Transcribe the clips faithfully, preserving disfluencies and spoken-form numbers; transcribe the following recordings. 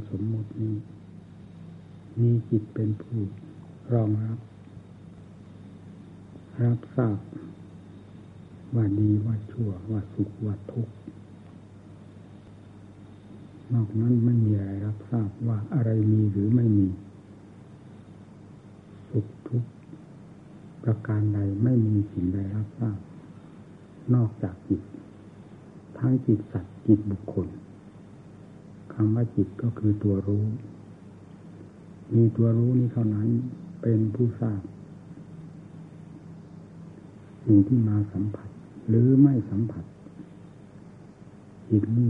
สมมุตินี้มีจิตเป็นผู้รองรับรับทราบว่าดีว่าชั่วว่าสุขว่าทุกข์นอกนั้นไม่มีอะไรรับทราบว่าอะไรมีหรือไม่มีสุขทุกข์ประการใดไม่มีสิ่งใดรับทราบนอกจากจิตทั้งจิตสัตว์จิตบุคคลคำว่าจิตก็คือตัวรู้มีตัวรู้นี้เท่านั้นเป็นผู้ทราบสิ่งที่มาสัมผัสหรือไม่สัมผัสจิตนี้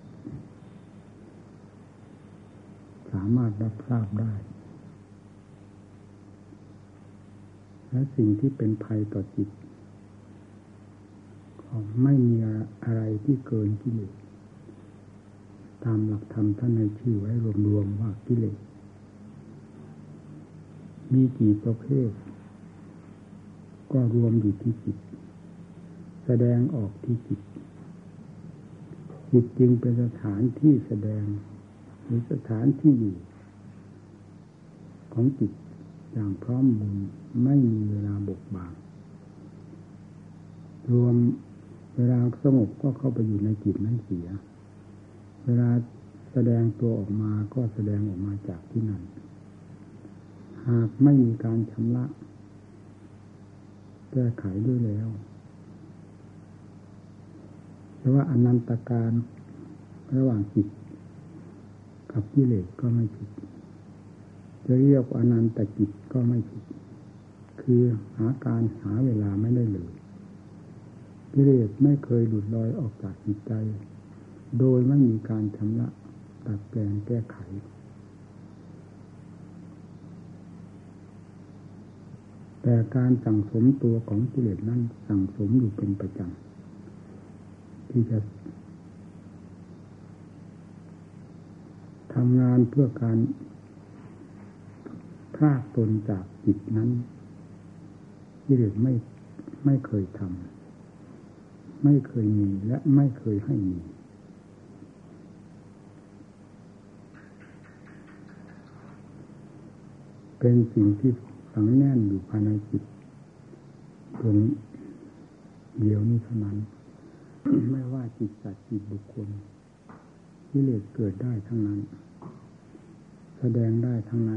สามารถรับทราบได้และสิ่งที่เป็นภัยต่อจิตก็ไม่มีอะไรที่เกินกิเลสตามหลักธรรมท่านในชื่อไว้รวมๆว่ากิเลสมีกี่ประเภทก็รวมอยู่ที่จิตแสดงออกที่จิตจิตจึงเป็นสถานที่แสดงหรือสถานที่อยู่ของจิตอย่างพร้อมมูลไม่มีเวลาบกบางรวมเวลาสงบก็เข้าไปอยู่ในจิตนั้นเสียเวลาแสดงตัวออกมาก็แสดงออกมาจากที่นั่นหากไม่มีการชำระแก้ไขด้วยแล้วแต่ว่าอนันตการระหว่างจิตกับกิเลสก็ไม่ผิดจะเรียกว่าอนันตจิตก็ไม่ผิดคือหาการหาเวลาไม่ได้เลยกิเลสไม่เคยหลุดลอยออกจากจิตใจโดยไม่มีการชำระตัดแปลงแก้ไขแต่การสั่งสมตัวของกิเลสนั้นสั่งสมอยู่เป็นประจำที่จะทำงานเพื่อการพรากตนจากจิตนั้นกิเลสไม่ไม่เคยทำไม่เคยมีและไม่เคยให้มีเป็นสิ่งที่ฝังแน่นอยู่ภายในจิตดวงเดียวนี้เท่านั้น ไม่ว่าจิตสัตว์จิตบุคคลกิเลสเกิดได้ทั้งนั้นแสดงได้ทั้งนั้น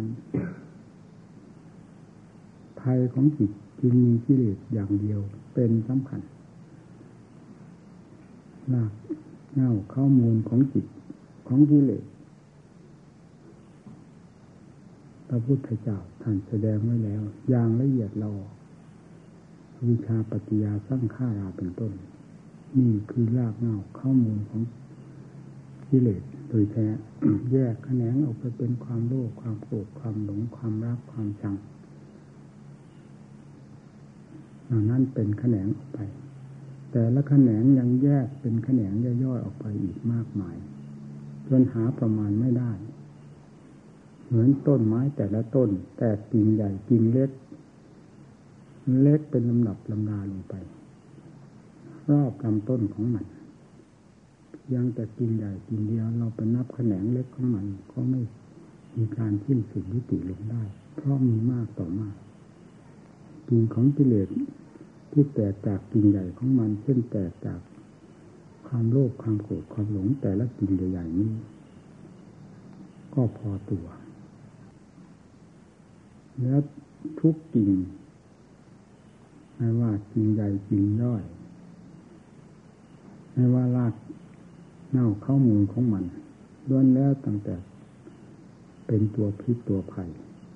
ภัยของจิตจึงมีกิเลสอย่างเดียวเป็นสำคัญรากเหง้าข้อมูลของจิตของกิเลสพระพุทธเจ้าท่านแสดงไว้แล้วอย่างละเอียดเราวิชาปัจจยาสังขาราเป็นต้นนี่คือรากเหง้าข้อมูลของกิเลสโดยแท้ แยกแขนงออกไปเป็นความโลภความโกรธความหลงความรักความชังเหล่านั้นเป็นแขนงออกไปแต่ละแขนงยังแยกเป็นแขนงย่อยๆออกไปอีกมากมายจนหาประมาณไม่ได้เหมือนต้นไม้แต่ละต้นแต่กิ่งใหญ่กิ่งเล็กเล็กเป็นลำดับลำดาลงไปรอบลำต้นของมันยังแต่กิ่งใหญ่กิ่งเดียวเราไปนับแขนงเล็กของมันก็ไม่มีการสิ้นสุดยุติลงได้เพราะมีมากต่อมากกิ่งของกิเลสที่แตกจากกิ่งใหญ่ของมันเช่นแตกจากความโลภความโกรธความหลงแต่ละกิ่งใหญ่ๆนี้ก็พอตัวแล้วทุกกิ่งไม่ว่ากิ่งใหญ่กิ่งย่อยไม่ว่ารากเหง้าข้อมูลของมันล้วนแล้วตั้งแต่เป็นตัวพิษตัวภัย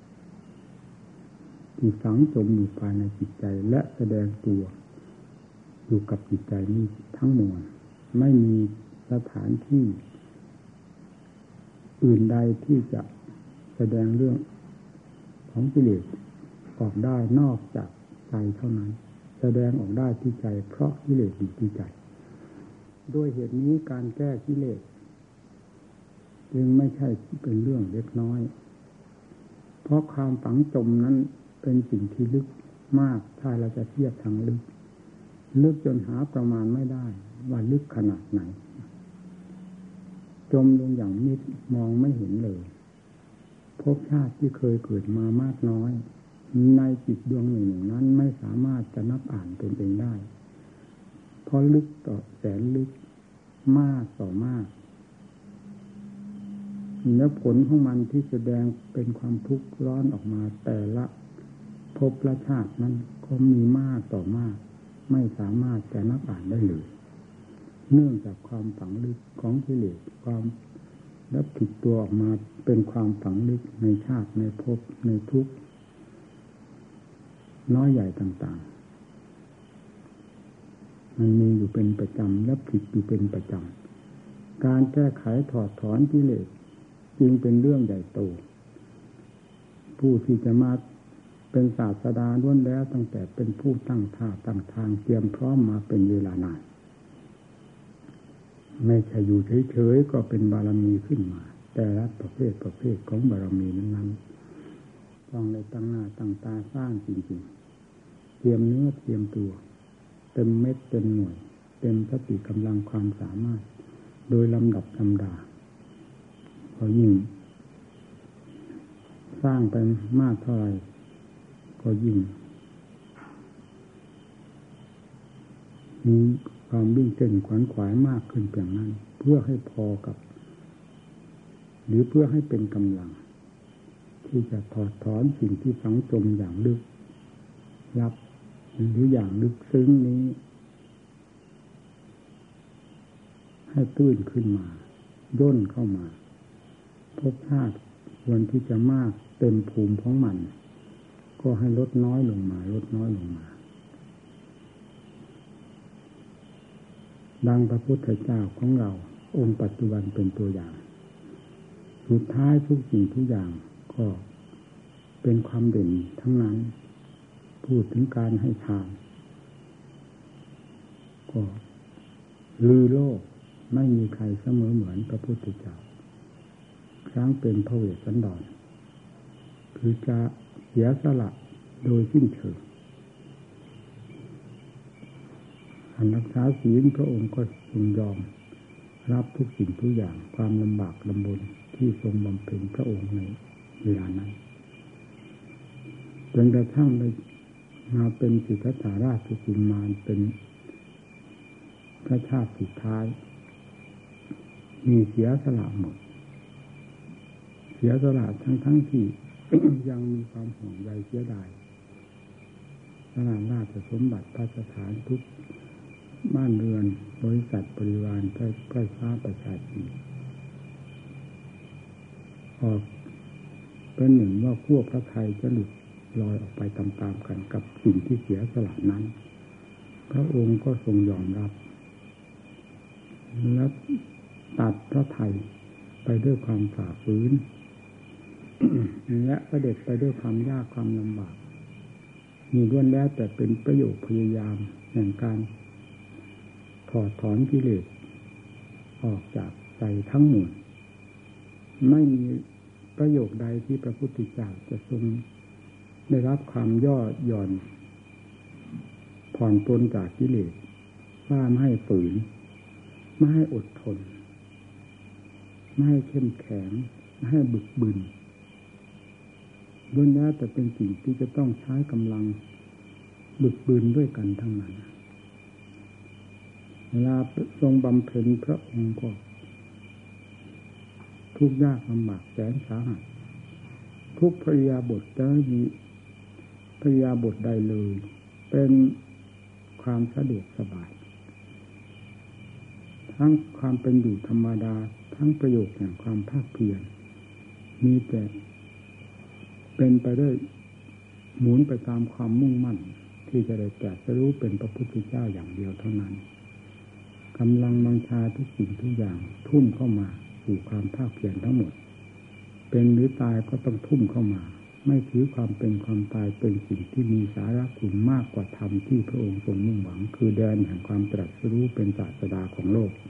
ที่ฝังจมอยู่ภายในจิตใจและแสดงตัวอยู่กับจิตใจนี้ทั้งมวลไม่มีสถานที่อื่นใดที่จะแสดงเรื่องของกิเลสออกได้นอกจากใจเท่านั้นแสดงออกได้ที่ใจเพราะกิเลสอยู่ที่ใจด้วยเหตุนี้การแก้กิเลสจึงไม่ใช่เป็นเรื่องเล็กน้อยเพราะความฝังจมนั้นเป็นสิ่งที่ลึกมากถ้าเราจะเทียบทางลึกลึกจนหาประมาณไม่ได้ว่าลึกขนาดไหนจมลงอย่างมิดมองไม่เห็นเลยภพชาติที่เคยเกิดมามากน้อยในจิตดวงหนึ่งนั้นไม่สามารถจะนับอ่านตนเองได้เพราะลึกต่อแสนลึกมากต่อมากและผลของมันที่แสดงเป็นความทุกข์ร้อนออกมาแต่ละภพละชาตินั้นก็มีมากต่อมากไม่สามารถจะนับอ่านได้เลยเนื่องจากความฝังลึกของกิเลสความรับผิดตัวออกมาเป็นความฝังลึกในชาติในภพในทุกข์น้อยใหญ่ต่างๆมันมีอยู่เป็นประจำและผิดอยู่เป็นประจำการแก้ไขถอดถอนกิเลสจึงเป็นเรื่องใหญ่โตผู้ที่จะมาเป็นศาสดาล้วนแล้วตั้งแต่เป็นผู้ตั้งท่าตั้งทางเตรียมพร้อมมาเป็นเวลานานไม่ใช่อยู่เฉยๆก็เป็นบารมีขึ้นมาแต่ละประเภทประเภทของบารมีนั้นๆต้องได้ตั้งหน้าตั้งตาสร้างจริงๆเตรียมเนื้อเตรียมตัวเต็มเม็ดเต็มหน่วยเต็มสติกำลังความสามารถโดยลำดับลำดาพอยิ่งสร้างไปมากเท่าไหร่ก็ยิ่งมีความวิ่งเต้นขวนขวายมากขึ้นเพียงนั้นเพื่อให้พอกับหรือเพื่อให้เป็นกำลังที่จะถอดถอนสิ่งที่ฝังจมอย่างลึกลับหรืออย่างลึกซึ้งนี้ให้ตื้นขึ้นมาย่นเข้ามาภพชาติควรที่จะมากเต็มภูมิของมันก็ให้ลดน้อยลงมาลดน้อยลงมาดังพระพุทธเจ้าของเราองค์ปัจจุบันเป็นตัวอย่างสุดท้ายทุกสิ่งทุกอย่างก็เป็นความเด่นทั้งนั้นพูดถึงการให้ทานก็ลือโลกไม่มีใครเสมอเหมือนพระพุทธเจ้าครั้งเป็นพระเวสสันดรคือจะเสียสละโดยสิ้นเชิงอันรักษาศีลพระองค์ก็ทรงยอมรับทุกสิ่งทุกอย่างความลำบากลำบนที่ทรงบำเพ็ญพระองค์ในเวลานั้นจนกระทั่งได้มาเป็นสิทธัตถราชกุมารเป็นพระชาติสุดท้ายมีเสียสละหมดเสียสละทั้งทั้งที่ ยังมีความห่วงใยเสียดายสละราชสมบัติพระสถานทุกบ้านเรือนบริษัทบริวารใกล้ใกล้ฟ้าประชาชนออกเป็นหนึ่งว่าขั้วพระทัยจะหลุดลอยออกไปตามๆกันกับสิ่งที่เสียสละนั้นพระองค์ก็ทรงยอมรับและตัดพระทัยไปด้วยความฝ่าฝืน และเสด็จไปด้วยความยากความลำบากมีล้วนแล้วแต่เป็นประโยชน์พยายามแห่งการถอดถอนกิเลสออกจากใจทั้งหมดไม่มีประโยคใดที่พระพุทธเจ้าจะทรงได้รับความย่อหย่อนผ่อนปลนจากกิเลสว่าไม่ให้ฝืนไม่ให้อดทนไม่ให้เข้มแข็งไม่ให้บึกบึนล้วนแล้วแต่เป็นสิ่งที่จะต้องใช้กำลังบึกบึนด้วยกันทั้งนั้นเวลาทรงบำเพ็ญพระองค์ก็ทุกข์ยากลำบากแสนสาหัสทุกพระยาบทจะมีพระยาบทใดเลยเป็นความสะดวกสบายทั้งความเป็นอยู่ธรรมดาทั้งประโยชน์แห่งความภาคเพียรมีแต่เป็นไปด้วยหมุนไปตามความมุ่งมั่นที่จะได้ตรัสรู้เป็นพระพุทธเจ้าอย่างเดียวเท่านั้นกำลังบังชาทุกสิ่งทุกอย่างทุ่มเข้ามาสู่ความภาคเพียรทั้งหมดเป็นหรือตายก็ต้องทุ่มเข้ามาไม่ถือความเป็นความตายเป็นสิ่งที่มีสาระคุณมากกว่าธรรมที่พระองค์ทรงมุ่งหวังคือแดนแห่งความตรัสรู้เป็นศาสดาของโลก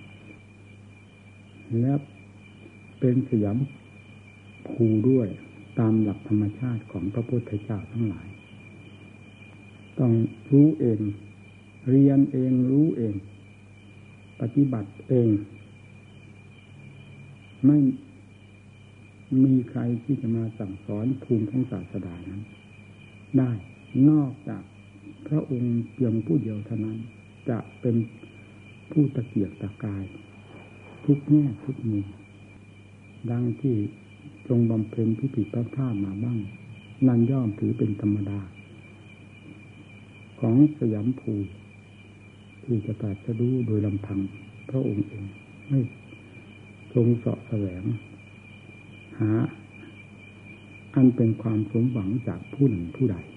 และเป็นสยามภูด้วยตามหลักธรรมชาติของพระพุทธเจ้าทั้งหลายต้องรู้เองเรียนเองรู้เองปฏิบัติเองไม่มีใครที่จะมาสั่งสอนภูมิของศาสดานั้นได้นอกจากพระองค์เพียงผู้เดียวเท่านั้นจะเป็นผู้ตะเกียกตะกายทุกแง่ทุกมุมดังที่ทรงบำเพ็ญพิธีพระธาตุมาบ้างนั่นย่อมถือเป็นธรรมดาของสยามภูที่จะตรัสรู้โดยลำพังพระองค์เองไม่ทรงเสาะแสวงหาอันเป็นความสมหวังจากผู้หนึ่งผู้ใด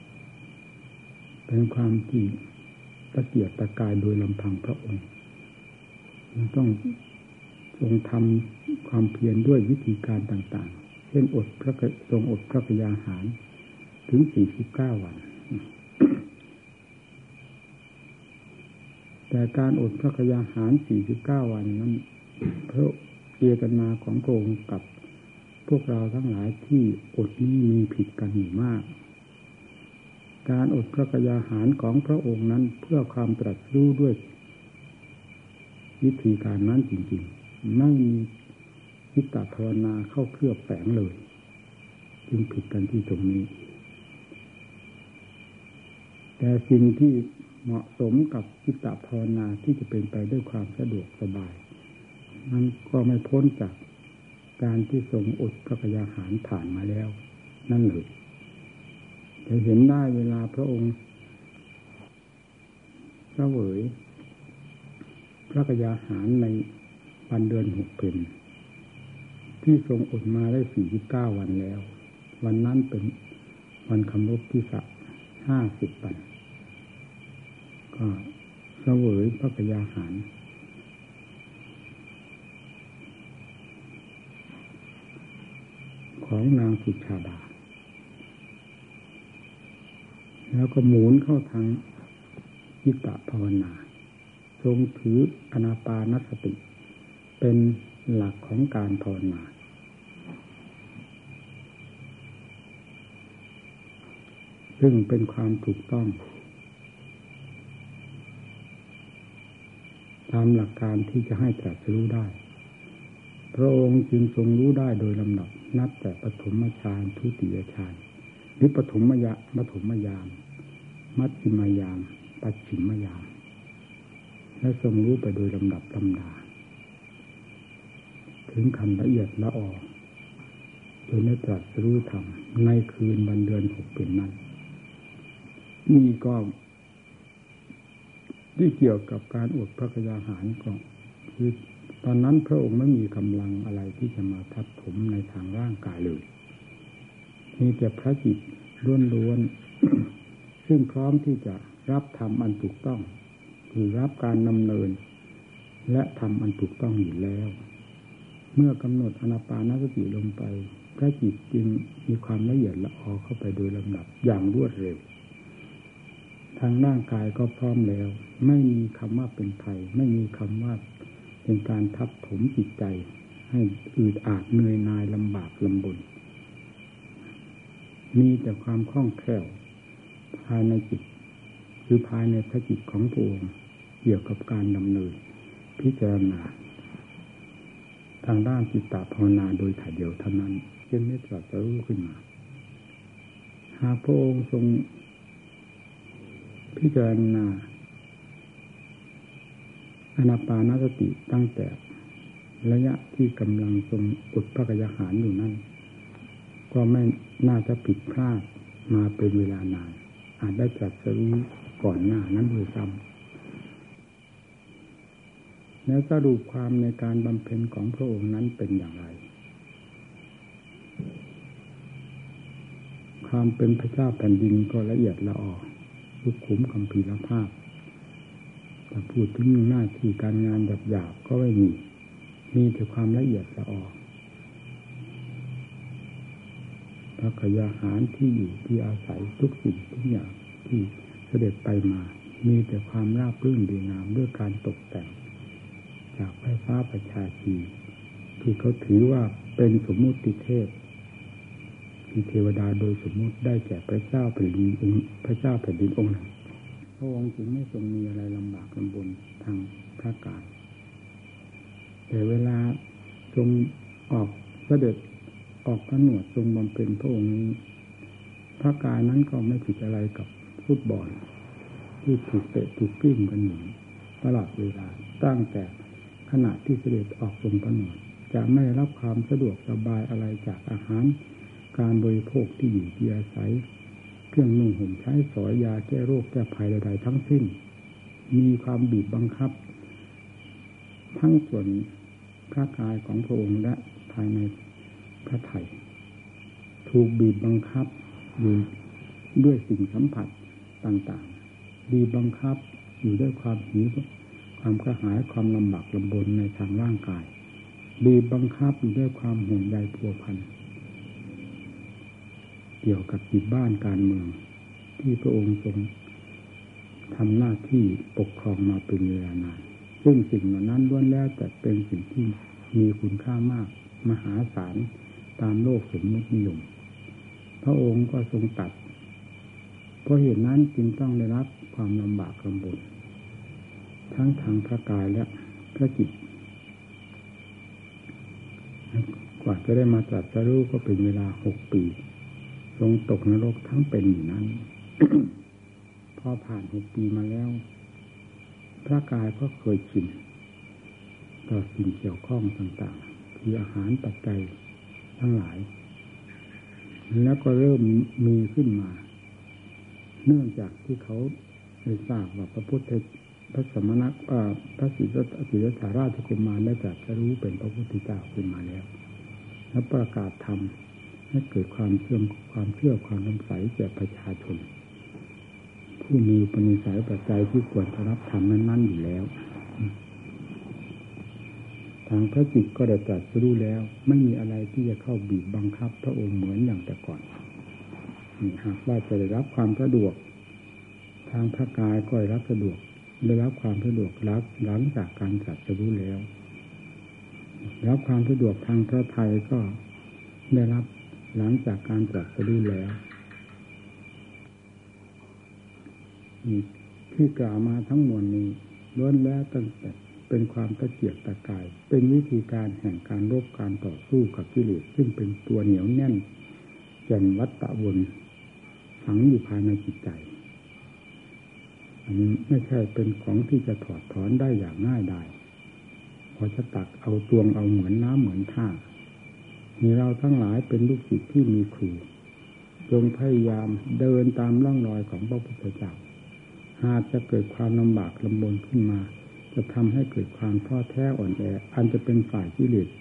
เป็นความที่ตะเกียกตะกายโดยลำพังพระองค์มันต้องทรงทำความเพียรด้วยวิธีการต่างๆเช่นอดพระทรงอดพระกยาหารถึงสี่สิบเก้าวันแต่การอดพระกยาหารสี่สิบเก้าวันนั้นเพราะเจตนาของพระองค์กับพวกเราทั้งหลายที่อดนี้มีผิดกันอยู่มากการอดพระกยาหารของพระองค์นั้นเพื่อความตรัสรู้ด้วยวิธีการนั้นจริงๆไม่มีจิตตภาวนาเข้าเคลือบแฝงเลยจึงผิดกันที่ตรงนี้แต่สิ่งที่เหมาะสมกับจิตตภาวนาที่จะเป็นไปด้วยความสะดวกสบายนั้นก็ไม่พ้นจากการที่ทรงอดพระกยาหารผ่านมาแล้วนั่นเลยจะเห็นได้เวลาพระองค์เสวยพระกยาหารในวันเดือนหกเพ็ญที่ทรงอดมาได้สี่สิบเก้าวันแล้ววันนั้นเป็นวันคำรบที่สักห้าสิบวันก็เสวยพระกยาหารของนางสุชาดาแล้วก็หมุนเข้าทางจิตตภาวนาทรงถืออานาปานสติเป็นหลักของการภาวนาซึ่งเป็นความถูกต้องตามหลักการที่จะให้ตรัสรู้ได้พระองค์จึงทรงรู้ได้โดยลำดับนับแต่ปฐมฌานทุติยฌานหรือปฐมยะปฐมยามมัชฌิมยามปัจฉิมยามและทรงรู้ไปโดยลำดับลำดาถึงขั้นละเอียดละออโดยได้ตรัสรู้ธรรมในคืนวันเดือนหกเป็นนั้นนี่ก็ที่เกี่ยวกับการอดพระกยาหารก็คือตอนนั้นพระองค์ไม่มีกำลังอะไรที่จะมาทับถมในทางร่างกายเลยมีแต่พระจิตล้วนๆ ซึ่งพร้อมที่จะรับธรรมอันถูกต้องคือรับการดำเนินและทำอันถูกต้องอยู่แล้วเมื่อกำหนดอานาปานสติลงไปพระจิตจึงมีความละเอียดละออเข้าไปโดยลำดับอย่างรวดเร็วทางร่างกายก็พร้อมแล้วไม่มีคำว่าเป็นภัยไม่มีคำว่าเป็นการทับถมจิตใจให้อืดอาดเหนื่อยหน่ายลำบากลำบนมีแต่ความคล่องแคล่วภายในจิตคือภายในพระจิตของพระองค์เกี่ยวกับการดำเนินพิจารณาทางด้านจิตตภาวนาโดยถ่ายเดียวเท่านั้นจึงได้ตรัสรู้ขึ้นมาหากพระองค์ทรงพิจารณาอานาปานสติตั้งแต่ระยะที่กำลังทรงอดพระกยาหารอยู่นั่นก็ไม่น่าจะผิดพลาดมาเป็นเวลานานอาจได้ตรัสรู้ก่อนหน้านั้นด้วยซ้ำแล้วสรุปความในการบำเพ็ญของพระองค์นั้นเป็นอย่างไรความเป็นพระเจ้าแผ่นดินก็ละเอียดละออสุขุมคัมภีรภาพแต่พูดถึงหน้าที่การงานหยาบๆก็ไม่มีมีแต่ความละเอียดละออพระกยาหารที่อยู่ที่อาศัยทุกสิ่งทุกอย่างที่เสด็จไปมามีแต่ความราบรื่นดีงามด้วยการตกแต่งจากไฟฟ้าประชาชีที่เขาถือว่าเป็นสมมุติเทพที่เทวดาโดยสมมุติได้แก่พระเจ้าแผ่นดินองค์พระเจ้าแผ่นดินองค์หนึ่งพระองค์จึงไม่ทรงมีอะไรลำบากลำบนทางพระกายแต่เวลาทรงออกเสด็จออกพระหนวดทรงบำเพ็ญพระองค์นี้พระกายนั้นก็ไม่ผิดอะไรกับฟุตบอลที่ถูกเตะถูกปิ้งกันอยู่ตลอดเวลาตั้งแต่ขณะที่เสด็จออกทรงพระหนวดจะไม่รับความสะดวกสบายอะไรจากอาหารการบริโภคที่อยู่ที่อาศัยเครื่องนุ่งห่มใช้สอยยาแก้โรคแก้ภัยใดๆทั้งสิ้นมีความบีบบังคับทั้งส่วนพระกายของพระองค์และภายในพระทัยถูกบีบบังคับอยู่ด้วยสิ่งสัมผัสต่างๆบีบบังคับอยู่ด้วยความหิวความกระหายความลำบากลำบนในทางร่างกายบีบบังคับอยู่ด้วยความห่วงใยพัวพันเกี่ยวกับจิตบ้านการเมืองที่พระองค์ทรงทำหน้าที่ปกครองมาเป็นเวลานานซึ่งสิ่งเหล่านั้นล้วนแล้วแต่เป็นสิ่งที่มีคุณค่ามากมหาศาลตามโลกสมมตินิยมพระองค์ก็ทรงตัดเพราะเหตุนั้นจึงต้องได้รับความลำบากลำบนทั้งทางพระกายและพระจิตกว่าจะได้มาตรัสรู้ก็เป็นเวลาหกปีทรงตกนรกทั้งเป็นอยู่นั้น พอผ่านหกปีมาแล้วพระกายก็เคยชินต่อสิ่งเกี่ยวข้องต่างๆคืออาหารปัจจัยทั้งหลายแล้วก็เริ่มมีขึ้นมาเนื่องจากที่เขาได้ทราบว่าพระพุทธพระสมณะพระศรีสัทธาราชกุมารได้ตรัสรู้เป็นพระพุทธเจ้าขึ้นมาแล้วและประกาศธรรมให้เกิดความเชื่อความเชื่อความน้ำใสแก่ประชาชนผู้มีอุปนิสัยปัจจัยที่ควรจะรับธรรมนั้นๆอยู่แล้วทางพระจิตก็ได้ตรัสรู้แล้วไม่มีอะไรที่จะเข้าบีบบังคับพระองค์เหมือนอย่างแต่ก่อนหากว่าจะได้รับความสะดวกทางพระกายก็ได้รับสะดวกได้รับความสะดวกรับหลังจากการตรัสรู้แล้วรับความสะดวกทางพระทัยก็ได้รับหลังจากการตรัสรู้แล้วที่กล่าวมาทั้งมวลนี้ล้วนแล้วตั้งแต่เป็นความตะเกียกตะกายเป็นวิธีการแห่งการรบการต่อสู้กับกิเลสซึ่งเป็นตัวเหนียวแน่นแก่นวัฏฏะวนฝังอยู่ภายในจิตใจอันนี้ไม่ใช่เป็นของที่จะถอดถอนได้อย่างง่ายดายพอจะตักเอาตวงเอาเหมือนน้ำเหมือนท่ามีเราทั้งหลายเป็นลูกศิษย์ที่มีครูจงพยายามเดินตามร่องรอยของพระพุทธเจ้าหากจะเกิดความลำบากลำบนขึ้นมาจะทำให้เกิดความท้อแท้อ่อนแออันจะเป็นฝ่ายกิเลส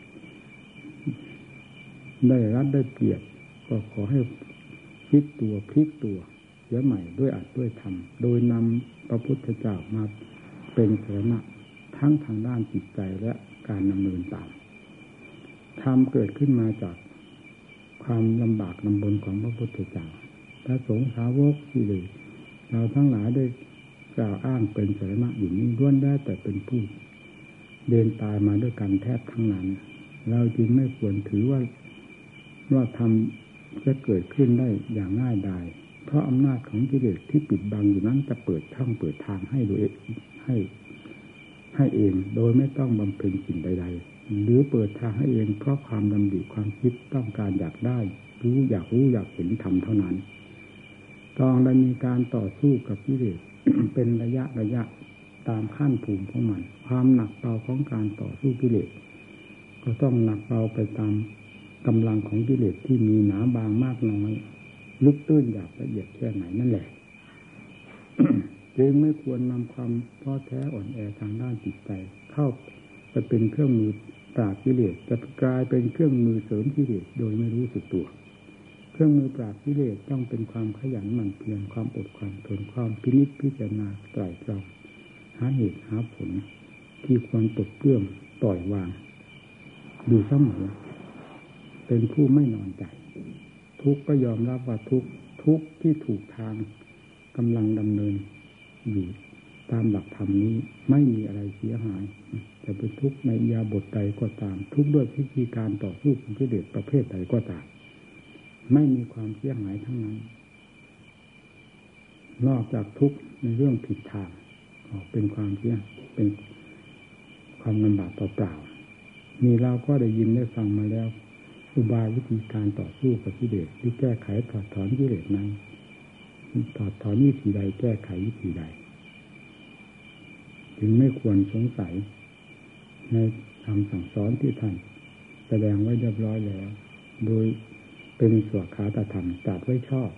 ได้รับได้เปรียบก็ขอให้พลิกตัวพลิกตัวเสียใหม่ด้วยอัดด้วยธรรมโดยนำพระพุทธเจ้ามาเป็นสรณะทั้งทางด้านจิตใจและการดำเนินตามธรรมเกิดขึ้นมาจากความลำบากลำบนของพระพุทธเจ้าพระสงฆ์สาวกที่เลยเราทั้งหลายได้กล่าวอ้างเป็นสรณะอยู่นี้ล้วนได้แต่เป็นผู้เดินตายมาด้วยกันแทบทั้งนั้นเราจึงไม่ควรถือว่าว่าธรรมจะเกิดขึ้นได้อย่างง่ายดายเพราะอำนาจของกิเลสที่ปิดบังอยู่นั้นจะเปิดช่องเปิดทางให้โดยให้ให้เองโดยไม่ต้องบำเพ็ญสิ่งใดๆหรือเปิดทางให้เองเพราะความดำริความคิดต้องการอยากได้รู้อยากรู้อยากเห็นธรรมเท่านั้นต้องได้มีการต่อสู้กับกิเลส เป็นระยะระยะตามขั้นภูมิของมันความหนักเบาของการต่อสู้กิเลสก็ต้องหนักเบาไปตามกำลังของกิเลสที่มีหนาบางมากน้อยลึกตื้นหยาบละเอียดแค่ไหนนั่นแหละ จึงไม่ควรนำความท้อแท้อ่อนแอทางด้านจิตใจเข้าไปเป็นเครื่องมือปราบกิเลสจะกลายเป็นเครื่องมือเสริมกิเลสโดยไม่รู้สึกตัวเครื่องมือปราบกิเลสต้องเป็นความขยันหมั่นเพียรความอดความทนความพินิจพิจารณาไตร่ตรองหาเหตุหาผลที่ควรปลดเปลื้องปล่อยวางดูเสมอเป็นผู้ไม่นอนใจทุกข์ก็ยอมรับว่าทุกข์ทุกข์ที่ถูกทางกำลังดำเนินอยู่ตามหลักธรรมนี้ไม่มีอะไรเสียหายจะเป็นทุกข์ในอิริยาบถใดก็ตามทุกข์ด้วยวิธีการต่อสู้กับกิเลสประเภทใดก็ตามไม่มีความเสียหายทั้งนั้นนอกจากทุกข์ในเรื่องผิดทางเป็นความเสียเป็นความลำบากเปล่าๆนี่เราก็ได้ยินได้ฟังมาแล้วอุบายวิธีการต่อสู้กับกิเลสที่แก้ไขถอดถอนกิเลสนั้นถอดถอนวิธีใดแก้ไขวิธีใดจึงไม่ควรสงสัยในคำสั่งสอนที่ท่านแสดงไว้เรียบร้อยแล้วโดยเป็นสวขาตธรรมตรัสไว้ชอบ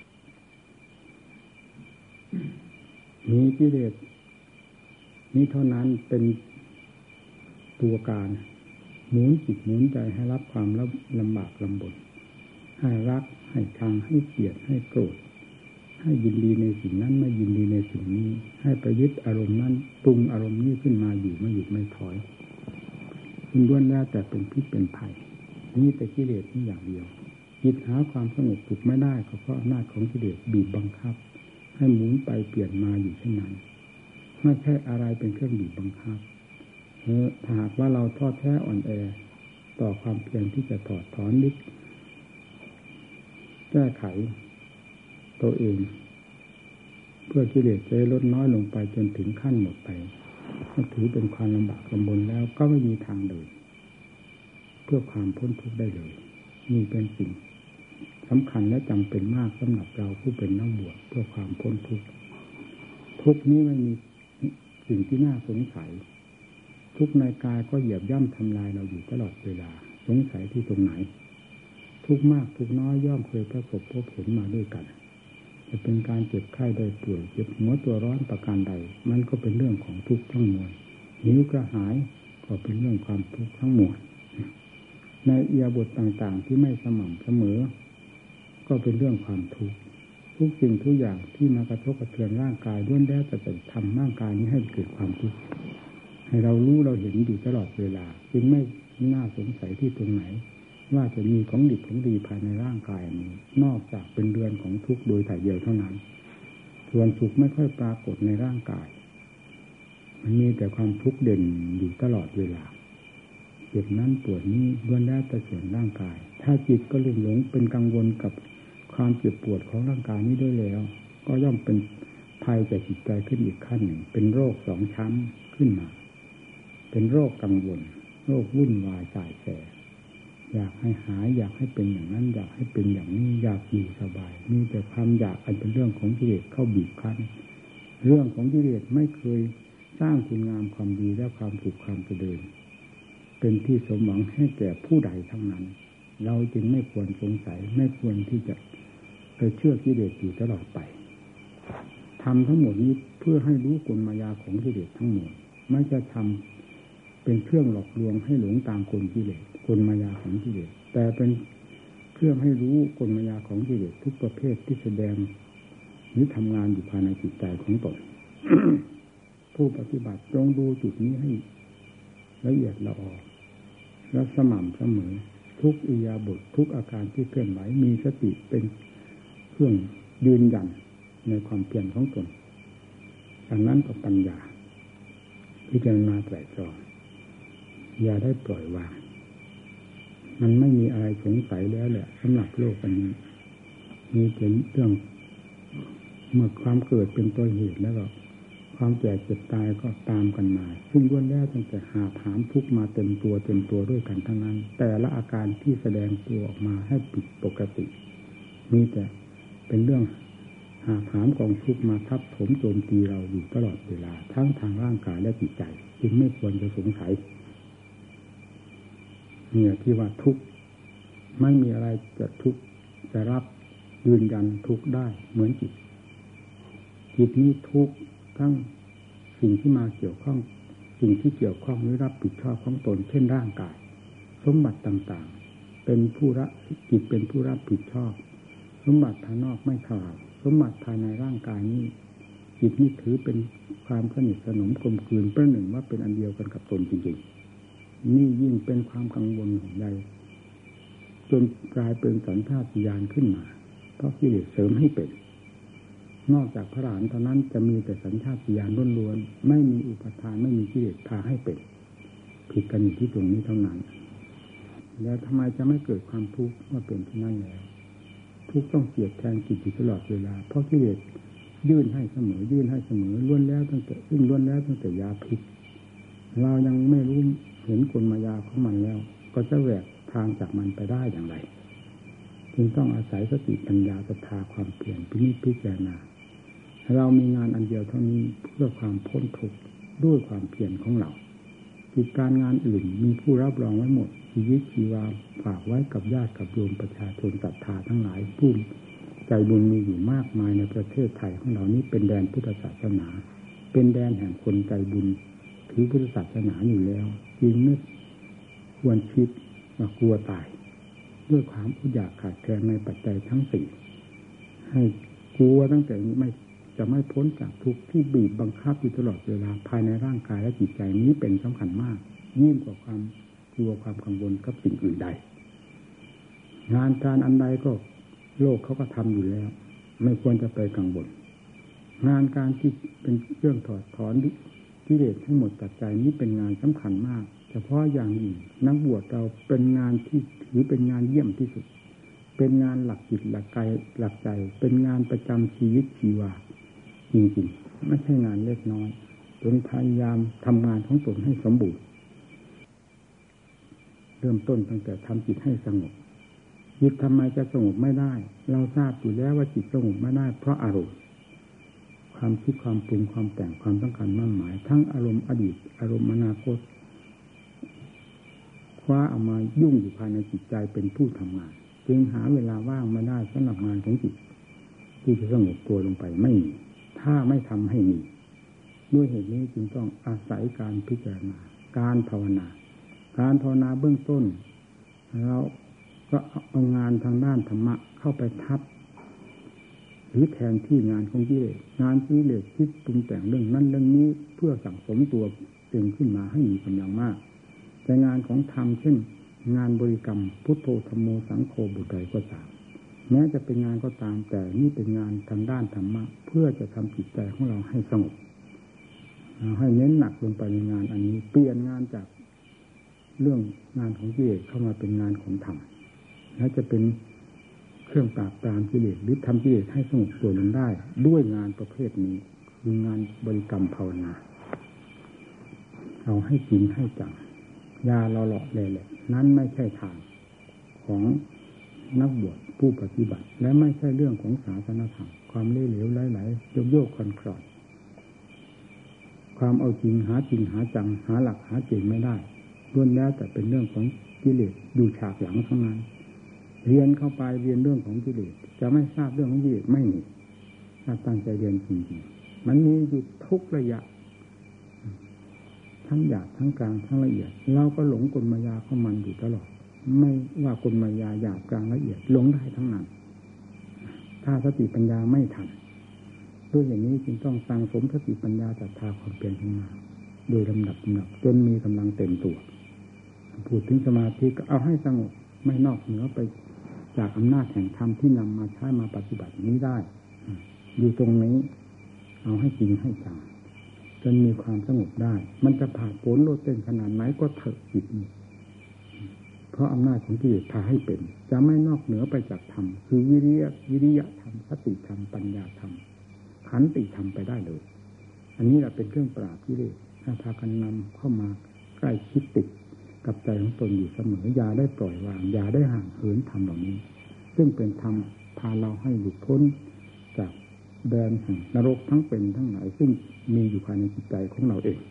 มีกิเลสนี้เท่านั้นเป็นตัวการหมุนจิตหมุนใจให้รับความลำบากลำบนให้รักให้ชังให้เกลียดให้โกรธให้ยินดีในสิ่งนั้นไม่ยินดีในสิ่งนี้ให้ประยึดอารมณ์นั้นปรุงอารมณ์นี้ขึ้นมาอยู่ไม่หยุดไม่ถอยคุณล้วนแล้วแต่เป็นพิษเป็นภัยนี่แต่กิเลสนี่อย่างเดียวจิตหาความสงบสุขไม่ได้ก็เพราะอำนาจของกิเลสบีบบังคับให้หมุนไปเปลี่ยนมาอยู่เช่นนั้นไม่ใช่อะไรเป็นเครื่องบีบบังคับเออถ้าหากว่าเราท้อแท้อ่อนแอต่อความเพียรที่จะถอดถอนนิดแก้ไขตัวเองเพื่อกิเลสจะลดน้อยลงไปจนถึงขั้นหมดไปก็ถือเป็นความลำบากลำบนแล้วก็ไม่มีทางเลยเพื่อความพ้นทุกข์ได้เลยนี่เป็นสิ่งสำคัญและจำเป็นมากสำหรับเราผู้เป็นนักบวชเพื่อความพ้นทุกข์ทุกข์นี้ไม่มีสิ่งที่น่าสงสัยทุกข์ในกายก็เหยียบย่ำทำลายเราอยู่ตลอดเวลาสงสัยที่ตรงไหนทุกข์มากทุกข์น้อยย่อมเคยประสบพบเห็นมาด้วยกันจะเป็นการเจ็บไข้ได้ป่วยเจ็บหัวตัวร้อนประการใดมันก็เป็นเรื่องของทุกข์ทั้งมวลหิวกระหายก็เป็นเรื่องความทุกข์ทั้งมวลในอิริยาบถต่างๆที่ไม่สม่ำเสมอก็เป็นเรื่องความทุกข์ทุกสิ่งทุกอย่างที่มากระทบกระเทือนร่างกายล้วนแล้วแต่จะทำร่างกายนี้ให้เกิดความทุกข์ให้เรารู้เราเห็นอยู่ตลอดเวลาจึงไม่น่าสงสัยที่ตรงไหนว่าจะมีของดีของดีภายในร่างกายนี้นอกจากเป็นเรือนของทุกข์โดยแต่เดียวเท่านั้นส่วนสุขไม่ค่อยปรากฏในร่างกายมันมีแต่ความทุกข์เด่นอยู่ตลอดเวลาเจ็บนั้นปวดนี้ล้วนแล้วแต่ส่วนร่างกายถ้าจิตก็ลุ่มหลงเป็นกังวลกับความเจ็บปวดของร่างกายนี้ด้วยแล้วก็ย่อมเป็นภัยแก่จิตใจขึ้นอีกขั้นหนึ่งเป็นโรคสองชั้นขึ้นมาเป็นโรคกังวลโรควุ่นวายจ่ายแสอยากให้หายอยากให้เป็นอย่างนั้นอยากให้เป็นอย่างนี้อยากอยู่สบายมีแต่ความอยากอันเป็นเรื่องของกิเลสเข้าบีบคั้นเรื่องของกิเลสไม่เคยสร้างคุณงามความดีและความสุขความเจริญเป็นที่สมหวังให้แก่ผู้ใดทั้งนั้นเราจึงไม่ควรสงสัยไม่ควรที่จะไปเชื่อกิเลสอยู่ตลอดไปทำทั้งหมดนี้เพื่อให้รู้กลมายาของกิเลสทั้งหมดไม่จะทำเป็นเครื่องหลอกลวงให้หลงตามกลกิเลสกลมายาของกิเลสแต่เป็นเครื่องให้รู้กลมายาของกิเลสทุกประเภทที่แสดงหรือทำงานอยู่ภายในจิตใจของตน ผู้ปฏิบัติจงดูจุดนี้ให้ละเอียดละออและสม่ำเสมอทุกอิริยาบถทุกอาการที่เคลื่อนไหวมีสติเป็นเครื่องยืนยันในความเพียรของตนจากนั้นก็ปัญญาพิจารณาไตร่ตรองอย่าได้ปล่อยวางมันไม่มีอะไรสงสัยแล้วแหละสำหรับโลกอันนี้มีเป็นเรื่องเมื่อความเกิดเป็นตัวเหตุแล้วก็ความแก่เจ็บตายก็ตามกันมาซึ่งล้วนแล้วตั้งแต่หาถามทุกมาเต็มตัวเต็มตัวด้วยกันทั้งนั้นแต่ละอาการที่แสดงตัวออกมาให้ผิดปกติมีแต่เป็นเรื่องหาถามกองทุกมาทับถมโจมตีเราอยู่ตลอดเวลาทั้งทางร่างกายและจิตใจจึงไม่ควรจะสงสัยเนี่ยที่ว่าทุกข์ไม่มีอะไรจะทุกข์จะรับยืนยันทุกข์ได้เหมือนจิตจิตนี้ทุกข์ทั้งสิ่งที่มาเกี่ยวข้องสิ่งที่เกี่ยวข้องหรือรับผิดชอบของตนเช่นร่างกายสมบัติต่างๆเป็นผู้รับจิตเป็นผู้รับผิดชอบสมบัติภายนอกไม่เท่าสมบัติภายในร่างกายนี้จิตนี้ถือเป็นความสนิทสนมกลมกลืนประหนึ่งว่าเป็นอันเดียวกันกับตนจริงๆนี่ยิ่งเป็นความกังวลของใจจนกลายเป็นสัญชาตญาณขึ้นมาเพราะกิเลสเสริมให้เป็นนอกจากพระอรหันต์เท่านั้นจะมีแต่สัญชาตญาณล้วนๆไม่มีอุปทานไม่มีกิเลสพาให้เป็นผิดกันอยู่ที่ตรงนี้เท่านั้นแล้วทำไมจะไม่เกิดความทุกข์เมื่อเป็นที่นั่นแล้วทุกข์ต้องเสียดแทงจิตอยู่ตลอดเวลาเพราะกิเลสยื่นให้เสมอยื่นให้เสมอล้วนแล้วตั้งแต่ซึ่งล้วนแล้วตั้งแต่ยาพิษเรายังไม่รู้เห็นกลมายาของมันแล้วก็จะแหวกทางจากมันไปได้อย่างไรจึงต้องอาศัยสติปัญญาศรัทธาความเพียรพินิจพิจารณาเรามีงานอันเดียวเท่านี้เพื่อความพ้นทุกข์ด้วยความเพียรของเรากิจการงานอื่นมีผู้รับรองไว้หมดชีวิตชีวาฝากไว้กับญาติกับโยมประชาชนศรัทธาทั้งหลายผู้ใจบุญมีอยู่มากมายในประเทศไทยของเรานี้เป็นแดนพุทธศาสนาเป็นแดนแห่งคนใจบุญถือพุทธศาสนาอยู่แล้วจึงไม่ควรคิดว่ากลัวตายด้วยความอดอยากขาดแคลนในปัจจัยทั้งสี่ให้กลัวตั้งแต่ไม่จะไม่พ้นจากทุกข์ที่บีบบังคับอยู่ตลอดเวลาภายในร่างกายและจิตใจนี้เป็นสำคัญมากยิ่งกว่าความกลัวความกังวลกับสิ่งอื่นใดงานการอันใดก็โลกเขาก็ทำอยู่แล้วไม่ควรจะไปกังวลงานการที่เป็นเรื่องถอดถอนกิเลสทั้งหมดจากใจนี้เป็นงานสำคัญมากเฉพาะอย่างยิ่งนักบวชเราเป็นงานที่ถือเป็นงานเยี่ยมที่สุดเป็นงานหลักจิตหลักใจหลักใจเป็นงานประจำชีวิตชีวาจริงๆไม่ใช่งานเล็กน้อยจนพยายามทำงานของตนให้สมบูรณ์เริ่มต้นตั้งแต่ทำจิตให้สงบจิตทำไมจะสงบไม่ได้เราทราบอยู่แล้วว่าจิตสงบไม่ได้เพราะอารมณ์ความคิดความปรุงความแต่งความต้องการมั่นหมายทั้งอารมณ์อดีตอารมณ์อนาคตคว้าเอามายุ่งอยู่ภายในจิตใจเป็นผู้ทำงานจึงหาเวลาว่างไม่ได้สำหรับงานของจิตที่จะสงบตัวลงไปไม่มีถ้าไม่ทำให้มีด้วยเหตุนี้จึงต้องอาศัยการพิจารณาการภาวนาการภาวนาเบื้องต้นเราก็เอางานทางด้านธรรมะเข้าไปทับหรือแทนที่งานของกิเลสงานกิเลสคิดปรุงแต่งเรื่องนั้นเรื่องนี้เพื่อสั่งสมตัวเองขึ้นมาให้มีกำลังมากแต่งานของธรรมเช่นงานบริกรรมพุทโธธัมโมสังโฆบุตรใดก็ตามแม้จะเป็นงานก็ตามแต่นี่เป็นงานทางด้านธรรมะเพื่อจะทำจิตใจของเราให้สงบให้เน้นหนักลงไปในงานอันนี้เปลี่ยนงานจากเรื่องงานของกิเลสเข้ามาเป็นงานของธรรมและจะเป็นเครื่องปราบปรามกิเลสหรือทำกิเลสให้สงบตัวลงได้ด้วยงานประเภทนี้คืองานบริกรรมภาวนาเอาให้จริงให้จังยาเราหล่อแหละนั้นไม่ใช่ทางของนักบวชผู้ปฏิบัติและไม่ใช่เรื่องของศาสนธรรมความเล่เหลวไหลๆโยกโยกคลอนคลอนความเอาจริงหาจริงหาจังหาหลักหาเกณฑ์ไม่ได้ล้วนแล้วแต่เป็นเรื่องของกิเลสอยู่ฉากหลังทั้งนั้นเรียนเข้าไปเรียนเรื่องของกิเลสจะไม่ทราบเรื่องของกิเลสไม่มีถ้าตั้งใจเรียนจริงๆมันมีอยู่ทุกระยะทั้งหยาบทั้งกลางทั้งละเอียดเราก็หลงกลมายาของมันอยู่ตลอดไม่ว่ากลมายาหยาบกลางละเอียดหลงได้ทั้งนั้นถ้าสติปัญญาไม่ทันด้วยอย่างนี้จึงต้องสั่งสมสติปัญญาศรัทธาความเปลี่ยนขึ้นมาโดยลำดับลำดับจนมีกำลังเต็มตัวพูดถึงสมาธิก็เอาให้สงบไม่นอกเหนือไปจากอำนาจแห่งธรรมที่นำมาใช้มาปฏิบัตินี้ได้อยู่ตรงนี้เอาให้จริงให้จังจนมีความสงบได้มันจะผ่าผลโลดเต้นขนาดไหนก็เถิดจิตนี้เพราะอำนาจของกิเลสพาให้เป็นจะไม่นอกเหนือไปจากธรรมคือวิริยะวิริยะธรรมสติธรรมปัญญาธรรมขันติธรรมไปได้เลยอันนี้แหละเป็นเครื่องปราบกิเลสถ้าพากันนำเข้ามาใกล้ชิดติดกับใจของตนอยู่เสมออย่าได้ปล่อยวางอย่าได้ห่างเหินธรรมเหล่านี้ซึ่งเป็นธรรมพาเราให้หลุดพ้นจากแดนแห่งนรกทั้งเป็นทั้งหลายซึ่งมีอยู่ภายในจิตใจของเราเอง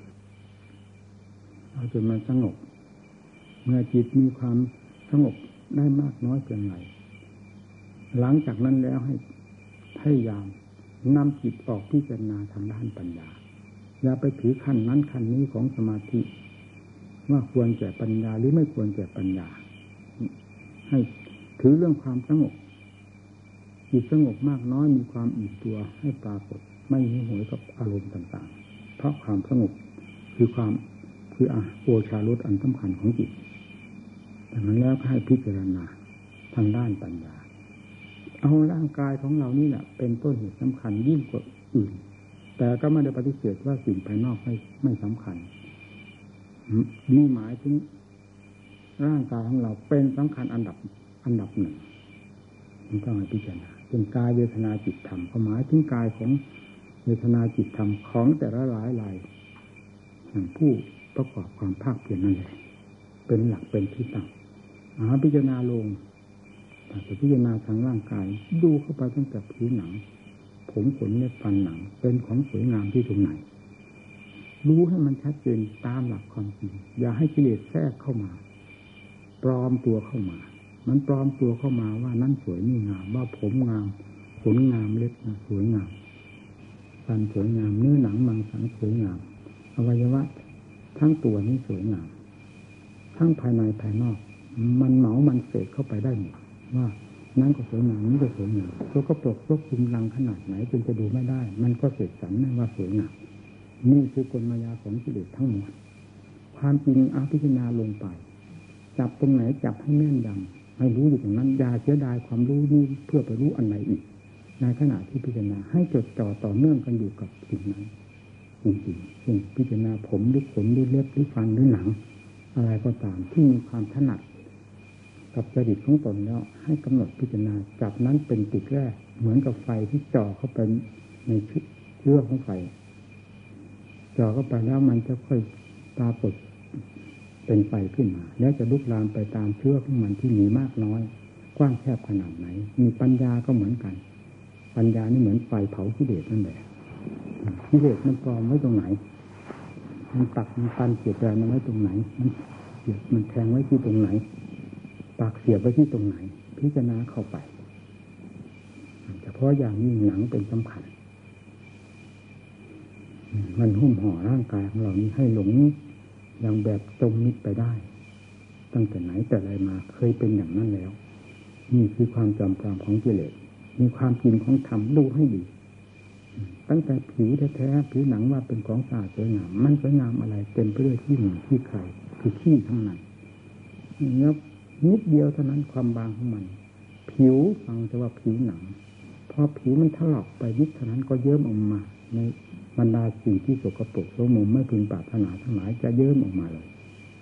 เอาจนมันสงบเมื่อจิตมีความสงบได้มากน้อยเพียงไรหลังจากนั้นแล้วให้พยายามนำจิตออกพิจารณาทางด้านปัญญาอย่าไปถือขั้นนั้นขั้นนี้ของสมาธิว่าควรแก่ปัญญาหรือไม่ควรแก่ปัญญาให้ถือเรื่องความสงบจิตสงบมากน้อยมีความอิ่มตัวให้ปรากฏไม่หิวโหยกับอารมณ์ต่างๆเพราะความสงบคือความคืออ่ะโอชารสอันสำคัญของจิตดังนั้นแล้วให้พิจารณาทางด้านปัญญาเอาร่างกายของเรานี่แหละเป็นต้นเหตุสำคัญยิ่งกว่าอื่นแต่ก็ไม่ได้ปฏิเสธว่าสิ่งภายนอกไม่ไม่สำคัญนี่หมายถึงร่างกายของเราเป็นสำคัญอันดับอันดับหนึ่งมันต้องให้พิจารณาเป็นกายเวทนาจิตธรรมหมายถึงกายของเวทนาจิตธรรมของแต่ละหลายหลายอย่างผู้ประกอบความภาคเพียรนั่นแหละเป็นหลักเป็นที่ตั้งหาพิจารณาลงแต่พิจารณาทางร่างกายดูเข้าไปตั้งแต่ผิวหนังผมขนเล็บฟันหนังเป็นของสวยงามที่ตรงไหนรู้ให้มันชัดเจนตามหลักความจริงอย่าให้กิเลสแทรกเข้ามาปลอมตัวเข้ามามันปลอมตัวเข้ามาว่านั่นสวยนี่งามว่าผมงามขนงามเล็บสวยงามฟันสวยงามเนื้อหนังมังสังสวยงามอวัยวะทั้งตัวนี้สวยงามทั้งภายในภายนอกมันเหมามันเสกเข้าไปได้หมดว่านั่นก็สวยงามนี่ก็สวยงามตัวก็ปลกตัวคุมลังขนาดไหนจนจะดูไม่ได้มันก็เสกสรรว่าสวยงามนี่คือกลมายาของกิเลสทั้งหมดความจริงอาพิจารณาลงไปจับตรงไหนจับให้แม่นยำให้รู้อยู่ตรงนั้นอย่าเสียดายความรู้นี้เพื่อไปรู้อันไหนอีกในขณะที่พิจารณาให้จดจ่อต่อเนื่องกันอยู่กับสิ่งนั้นจริงๆเช่นพิจารณาผมหรือขนหรือเล็บหรือฟันหรือหนังอะไรก็ตามที่มีความถนัดกับจริตของตนแล้วให้กำหนดพิจารณาจับนั้นเป็นจุดแรกเหมือนกับไฟที่จ่อเข้าไปในเชื้อของไฟจ่อเข้าไปแล้วมันจะค่อยปรากฏเป็นไฟขึ้นมาแล้วจะลุกลามไปตามเชื้อของมันที่มีมากน้อยกว้างแคบขนาดไหนมีปัญญาก็เหมือนกันปัญญานี่เหมือนไฟเผากิเลสนั่นแหละกิเลสมันปลอมไว้ตรงไหนมันตักมันปันเสียบแรงมันไว้ตรงไหนมันเสียบมันแทงไว้ที่ตรงไหนปากเสียบไว้ที่ตรงไหนพิจารณาเข้าไปเฉพาะอย่างยิ่งหนังเป็นสำคัญมันหุ้มห่อร่างกายของเรานี้ให้หลงอย่างแบบจมมิดไปได้ตั้งแต่ไหนแต่ไรมาเคยเป็นอย่างนั้นแล้วนี่คือความจำปามของกิเลสมีความจริงของธรรมดูให้ดีตั้งแต่ผิวแท้ๆผิวหนังว่าเป็นของสะอาดสวยงามมันสวยงามอะไรเต็มไปด้วยขี้หนึ่งขี้ไข่คือขี้ทั้งนั้นแล้วนิดเดียวเท่านั้นความบางของมันผิวฟังแต่ว่าผิวหนังพอผิวมันถลอกไปนิดเท่านั้นก็เยิ้มออกมาในบรรดาสิ่งที่สกปรกโสมมไม่พึงปรารถนาทั้งหลายจะเยิ้มออกมาเลย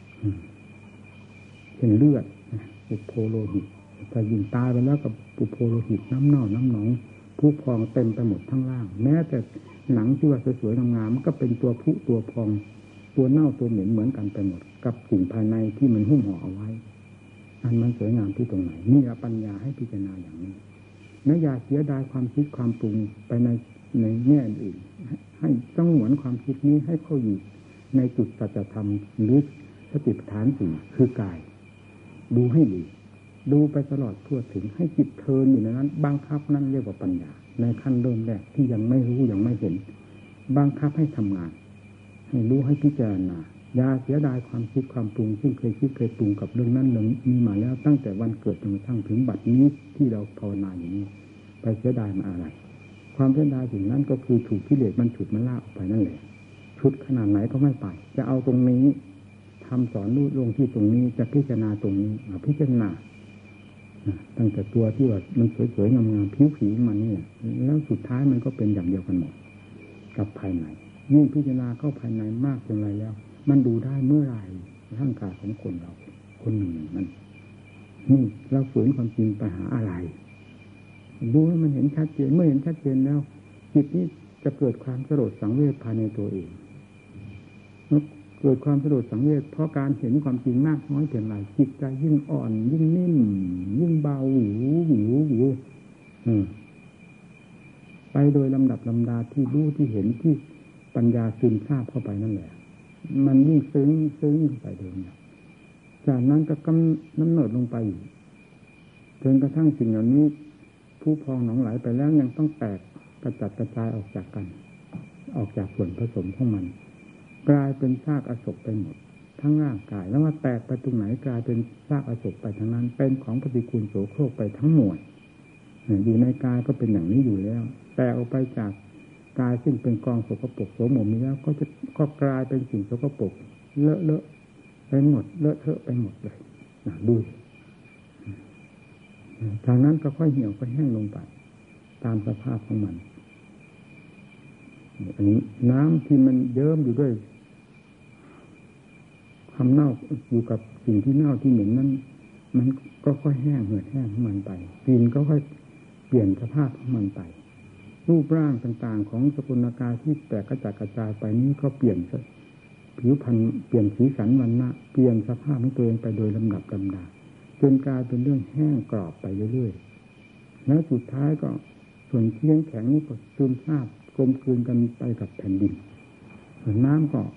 เป็นเลือดปุโพโลหิตแต่ยิงตายไปแล้วกับปุโพโลหิตน้ำเน่าน้ำหนองผู้พองเต็มไปหมดทั้งล่างแม้แต่หนังที่ว่าสวยๆงามๆมันก็เป็นตัวผู้ตัวพองตัวเน่าตัวเหม็นเหมือนกันไปหมดกับสิ่งภายในที่มันหุ้มห่อเอาไว้อันมันสวยงามที่ตรงไหนนี่ละปัญญาให้พิจารณาอย่างนี้และอย่าเสียดายความคิดความปรุงไปในในแง่อื่นให้ต้องหวนความคิดนี้ให้เข้าอยู่ในจุดสัจธรรมหรือสติปัฏฐานสี่คือกายดูให้ดีดูไปตลอดทั่วถึงให้จิตเทินอยู่ในนั้นบังคับนั่นเรียกว่าปัญญาในขั้นเริ่มแรกที่ยังไม่รู้ยังไม่เห็นบังคับให้ทำงานให้รู้ให้พิจารณาอย่าเสียดายความคิดความปรุงซึ่งเคยคิดเคยปรุงกับเรื่องนั้นเรื่องนี้มาแล้วตั้งแต่วันเกิดจนกระทั่งถึงบัดนี้ที่เราภาวนาอย่างนี้ไปเสียดายมาอะไรความเสียดายสิ่งนั้นก็คือถูกกิเลสมันฉุดมันลากออกไปนั่นแหละชุดขนาดไหนก็ไม่ไปจะเอาตรงนี้ทำสอนรู้ลงที่ตรงนี้จะพิจารณาตรงนี้พิจารณาตั้งแต่ตัวที่ว่ามันสวยๆงามๆผิวผีมันนี่แล้วสุดท้ายมันก็เป็นอย่างเดียวกันหมดกับภายในยิ่งพิจารณาเข้าภายในมากจนไรแล้วมันดูได้เมื่อไรร่างกายของคนเราคนหนึ่งมันนี่เราฝืนความจริงไปหาอะไรดูให้มันเห็นชัดเจนเมื่อเห็นชัดเจนแล้วจิตนี้จะเกิดความสลดสังเวชภายในตัวเองเกิดความสลดสังเวชเพราะการเห็นความจริงมากน้อยเพียงไรจิตใจยิ่งอ่อนยิ่งนิ่มยิ่งเบาหวิวหวิวหวิวไปโดยลำดับลำดาที่รู้ที่เห็นที่ปัญญาซึมซาบเข้าไปนั่นแหละมันยิ่งซึ้งซึ้งไปเดิมจากนั้นก็กำน้ำหนดลงไปจนกระทั่งสิ่งเหล่านี้ผู้พองหนองไหลไปแล้วยังต้องแตกกระจัดกระจายออกจากกันออกจากส่วนผสมของมันกลายเป็นซากอสพไปหมดทั้งร่างกายแล้วว่าแตกไปตรงไหนกลายเป็นซากอสพไปทั้งนั้นเป็นของปฏิกูลโสโครกไปทั้งหมดอยู่ในกายก็เป็นอย่างนี้อยู่แล้วแต่ออกไปจากกายซึ่งเป็นกองสกปรกโสมมนี้แล้วก็จะก็กลายเป็นสิ่งสกปรกเลอะเลอะไปหมดเลอะเทอะไปหมดเลยดูทางนั้นก็ค่อยเหี่ยวก็แห้งลงไปตามสภาพของมันอันนี้น้ำที่มันเยิ้มอยู่ด้วยความเน่าอยู่กับสิ่งที่เน่าที่เหม็นนั้นมันก็ค่อยแห้งเหือดแห้งของมันไปกลิ่นก็ค่อยเปลี่ยนสภาพของมันไปรูปร่างต่างๆของสกุลกายที่แตกกระจายกระจายไปนี้ก็เปลี่ยนผิวพรรณเปลี่ยนสีสันวรรณะเปลี่ยนสภาพของตัวเองไปโดยลำดับลำดาจนกลายเป็นเรื่องแห้งกรอบไปเรื่อยๆแล้วสุดท้ายก็ส่วนที่แข็งนี่ก็ซึมซาบกลมกลืนกันไปกับแผ่นดินส่วนน้ำก็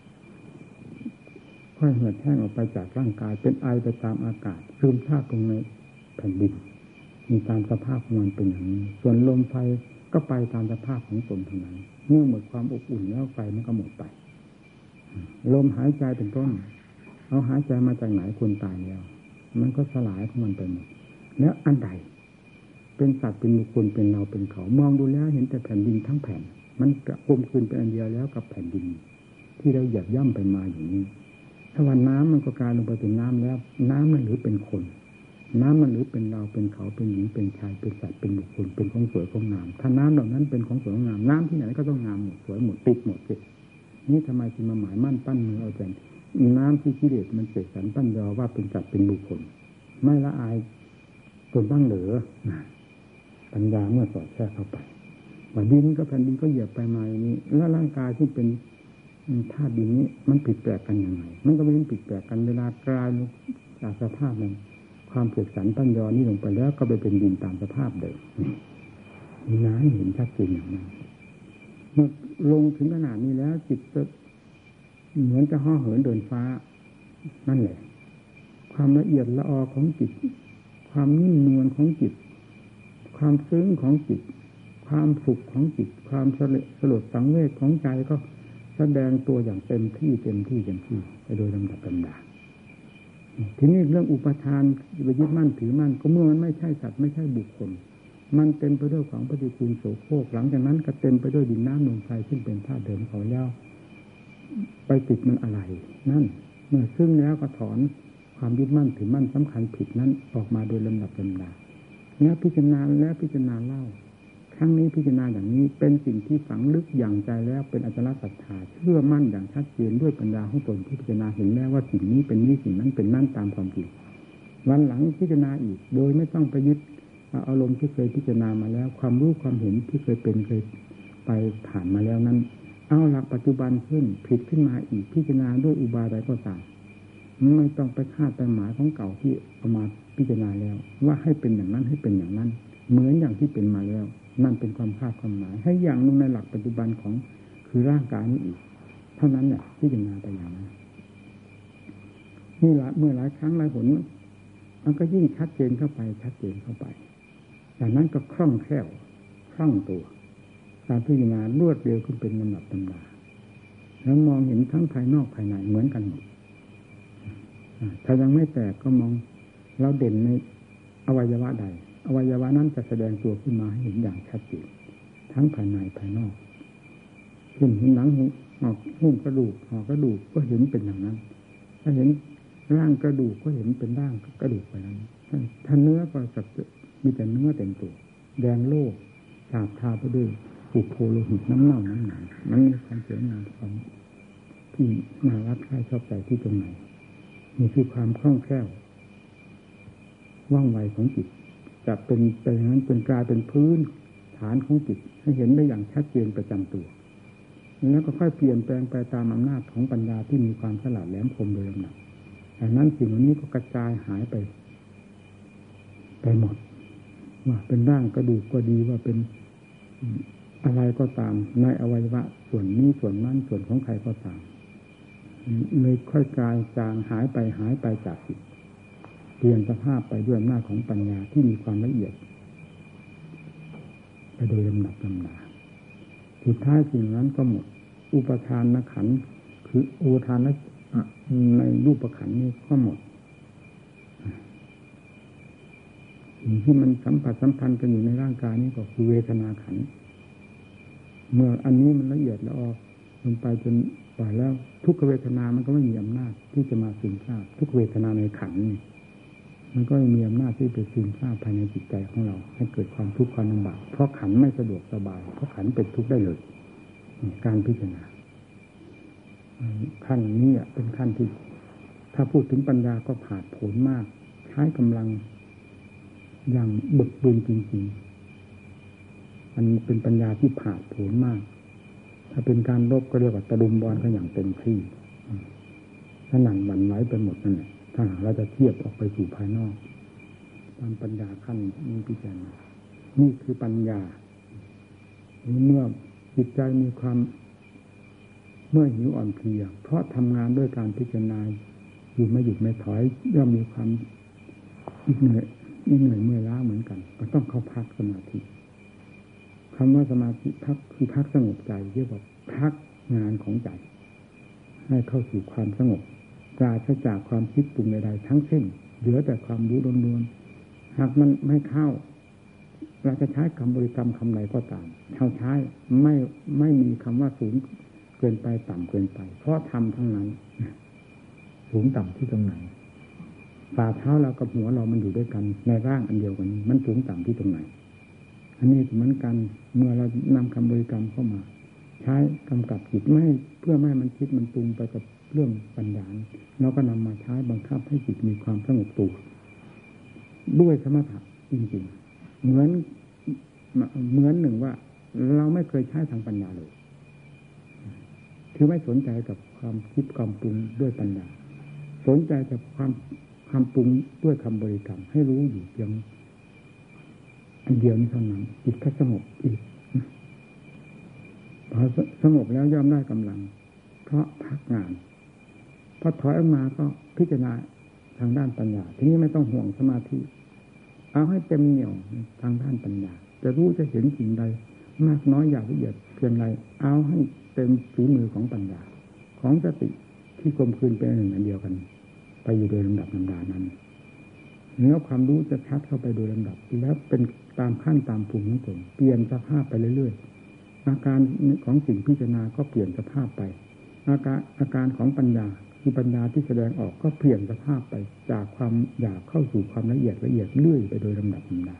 ค่อยเหือดแห้งออกไปจากร่างกายเป็นไอไปตามอากาศซึมซาบลงในแผ่นดินมีตามสภาพของมันเป็นอย่างนี้ส่วนลมไฟก็ไปตามสภาพของตนเท่านั้นเมื่อหมดความอบอุ่นแล้วไฟมันก็หมดไปลมหายใจเป็นต้นเอาหายใจมาจากไหนคนตายแล้วมันก็สลายของมันไปหมดแล้วอันใดเป็นสัตว์เป็นบุคคลเป็นเราเป็นเขามองดูแล้วเห็นแต่แผ่นดินทั้งแผ่นมันกลมกลืนเป็นอันเดียวแล้วกับแผ่นดินที่เราเหยียบย่ำไปมาอย่างนี้ถ้าวันน้ำมันก็กลายลงไปเป็นน้ำแล้วน้ำมันหรือเป็นคนน้ำมันหรือเป็นเราเป็นเขาเป็นหญิงเป็นชายเป็นสัตว์เป็นบุคคลเป็นของสวยของงามถ้าน้ำเหล่านั้นเป็นของสวยของงามน้ำที่ไหนก็ต้องงามหมดสวยหมดติดหมดสินี่ทำไมจึงมาหมายมั่นปั้นมือเอาใจน้ำที่กิเลสมันเสกสรรปั้นยอว่าเป็นสัตว์เป็นบุคคลไม่ละอายตนบ้างเหรือปัญญาเมื่อสอดแทรกเข้าไปว่าดินก็แผ่นดินก็เหยียบไปมาอย่างนี้แล้วร่างกายที่เป็นธาตุดินนี้มันผิดแปลกกันยังไงมันก็ไม่เป็นผิดแปลกกันเวลากลายจากสภาพนั้นความเสกสรรปั้นยอนี้ลงไปแล้วก็ไปเป็นดินตามสภาพเดิมนี่นะให้เห็นชัดเจนอย่างนั้นเมื่อลงถึงขนาดนี้แล้วจิตจะเหมือนจะห่อเหินเดินฟ้านั่นแหละความละเอียดละออของจิตความนิ่มนวลของจิตความซึ้งของจิตความสุขของจิตความสลดสังเวชของใจก็แสดงตัวอย่างเต็มที่เต็มที่เต็มที่ไปโดยลำดับลำดาทีนี้เรื่องอุปทานไปยึดมั่นถือมั่นก็เมื่อมันไม่ใช่สัตว์ไม่ใช่บุคคลมันเต็มไปด้วยของปฏิกูลโสโครกหลังจากนั้นก็เต็มไปด้วยดินน้ำลมไฟซึ่งเป็นธาตุเดิมของเย้าไปติดมันอะไรนั่นเมื่อซึ่งแล้วก็ถอนความยึดมั่นถือมั่นสำคัญผิดนั้นออกมาโดยลำดับลำดาเนี่ยพิจารณาแล้วพิจารณาเล่าครั้งนี้พิจารณาอย่างนี้เป็นสิ่งที่ฝังลึกอย่างใจแล้วเป็นอจารศรัทธาเชื่อมั่นอย่างชัดเจนด้วยปัญญาของตนที่พิจารณาเห็นแล้วว่าสิ่งนี้เป็นนี้สิ่งนั้นเป็นนั่นตามความจริงวันหลังพิจารณาอีกโดยไม่ต้องไปยึดอารมณ์ที่เคยพิจารณามาแล้วความรู้ความเห็นที่เคยเป็นเคยไปผ่านมาแล้วนั้นเอาหลักปัจจุบันขึ้นผิดขึ้นมาอีกพิจารณาด้วยอุบายใดก็ตามไม่ต้องไปคาดไปหมายของเก่าที่เอามาพิจารณาแล้วว่าให้เป็นอย่างนั้นให้เป็นอย่างนั้นเหมือนอย่างที่เป็นมาแล้วนั่นเป็นความคาดความหมายให้อย่างลงในหลักปัจจุบันของคือร่างกายนี้อีกเท่านั้นเนี่ยพิจารณาไปอย่างนั้นนี่ละเมื่อหลายครั้งหลายหนมันก็ยิ่งชัดเจนเข้าไปชัดเจนเข้าไปจากนั้นก็คล่องแคล่วคล่องตัวการพิจารณารวดเร็วขึ้นเป็นลำดับลำดาแล้วมองเห็นทั้งภายนอกภายในเหมือนกันหมดถ้ายังไม่แตกก็มองเราเด่นในอวัยวะใดอวัยวะนั้นจะแสดงตัวขึ้นมาให้เห็นอย่างชัดเจนทั้งภายในภายนอกเห็นหนังหอกหุ้มกระดูกหอกระดูกก็เห็นเป็นอย่างนั้นถ้าเห็นร่างกระดูกก็เห็นเป็นร่างกระดูกไปนั้นถ้าเนื้อก็จะมีแต่เนื้อเต็มตัวแดงโล่ฉาบทาไปด้วยปุโพโลหิตน้ำเน่าน้ำหนังมันมีความสวยงามของที่น่ารักใคร่ชอบใจที่ตรงไหนนี่คือความคล่องแคล่วว่องไวของจิตจะเป็นไปอย่างนั้นเป็นกลายเป็นพื้นฐานของจิตให้เห็นได้อย่างชัดเจนประจำตัวแล้วก็ค่อยเปลี่ยนแปลงไปตามอำนาจของปัญญาที่มีความฉลาดแหลมคมโดยลำดับดังนั้นสิ่งเหล่านี้ก็กระจายหายไปไปหมดว่าเป็นร่างกระดูกก็ดีว่าเป็นอะไรก็ตามในอวัยวะส่วนนี้ส่วนนั้นส่วนของใครก็ตามเลยค่อยกลายจางหายไปหายไปจากจิตเปลี่ยนสภาพไปด้วยอำนาจของปัญญาที่มีความละเอียดไปโดยลำดับลำดาสุดท้ายสิ่งนั้นก็หมดอุปทานขันธ์คืออุปทานในรูปขันธ์นี้ก็หมดสิ่งที่มันสัมผัสสัมพันธ์กันอยู่ในร่างกายนี้ก็คือเวทนาขันธ์เมื่ออันนี้มันละเอียดละออลงไปจนกว่าแล้วทุกขเวทนามันก็ไม่มีอำนาจที่จะมาซึมซาบทุกเวทนาในขันธ์นี่มันก็มีอำนาจที่ไปซึมซาบภายในจิตใจของเราให้เกิดความทุกข์ความลำบากเพราะขันธ์ไม่สะดวกสบายเพราะขันธ์เป็นทุกข์ได้เลยการพิจารณาขั้นนี้เป็นขั้นที่ถ้าพูดถึงปัญญาก็ผาดโผนมากใช้กำลังอย่างบึกบึนจริงๆมันเป็นปัญญาที่ผาดโผนมากถ้าเป็นการรบก็เรียกว่าตะลุมบอลกันอย่างเต็มที่สนั่นหวั่นไหวไปหมดนั่นแหละถ้าหากเราจะเทียบออกไปสู่ภายนอกตามปัญญาขั้นนี้พิจารณานี่คือปัญญาเมื่อจิตใจมีความเมื่อหิวอ่อนเพลียเพราะทำงานด้วยการพิจารณาอยู่ไม่หยุดไม่ถอยย่อมมีความเหนื่อยเหนื่อยเมื่อยล้าเหมือนกันก็ต้องเข้าพักสมาธิคำว่าสมาธิพักคือพักสงบใจเรียกว่าพักงานของใจให้เข้าสู่ความสงบปราศจากความคิดปรุงใดๆทั้งสิ้นเหลือแต่ความรู้ล้วนๆหากมันไม่เข้าเราจะใช้คำบริกรรมคำไหนก็ตามเท่าใช้ไม่ไม่มีคำว่าสูงเกินไปต่ำเกินไปเพราะทำทั้งนั้นสูงต่ำที่ตรงไหนฝ่าเท้าเรากับหัวเรามันอยู่ด้วยกันในร่างอันเดียวกันนี้มันสูงต่ำที่ตรงไหนอันนี้เหมือนกันเมื่อเรานำคำบริกรรมเข้ามาใช้กำกับจิตไม่เพื่อไม่ให้มันคิดมันปรุงไปกับเรื่องปัญญาเราก็นำมาใช้บังคับให้จิตมีความสงบตัวด้วยสมถะจริงๆเหมือนเหมือนหนึ่งว่าเราไม่เคยใช้ทางปัญญาเลยคือไม่สนใจกับความคิดความปรุงด้วยปัญญาสนใจกับความความปรุงด้วยคำบริกรรมให้รู้อยู่เพียงอันเดียวนี้เท่านั้นจิตก็สงบอีกพอสงบแล้วย่อมได้กำลังเพราะพักงานพอถอยออกมาก็พิจารณาทางด้านปัญญาทีนี้ไม่ต้องห่วงสมาธิเอาให้เต็มเหนี่ยวทางด้านปัญญาจะรู้จะเห็นสิ่งใดมากน้อยอย่างละเอียดเพียงไรเอาให้เต็มฝีมือของปัญญาของสติที่กลมกลืนเป็นหนึ่งอันเดียวกันไปอยู่โดยลำดับลำดานั้นเนื้อความรู้จะชัดเข้าไปโดยลำดับแล้วเป็นตามขั้นตามภูมิของตนเปลี่ยนสภาพไปเรื่อยๆอาการของสิ่งพิจารณาก็เปลี่ยนสภาพไปอาการอาการของปัญญาคือปัญญาที่แสดงออกก็เปลี่ยนสภาพไปจากความหยาบเข้าสู่ความละเอียดละเอียดเรื่อยไปโดยลำดับลำดา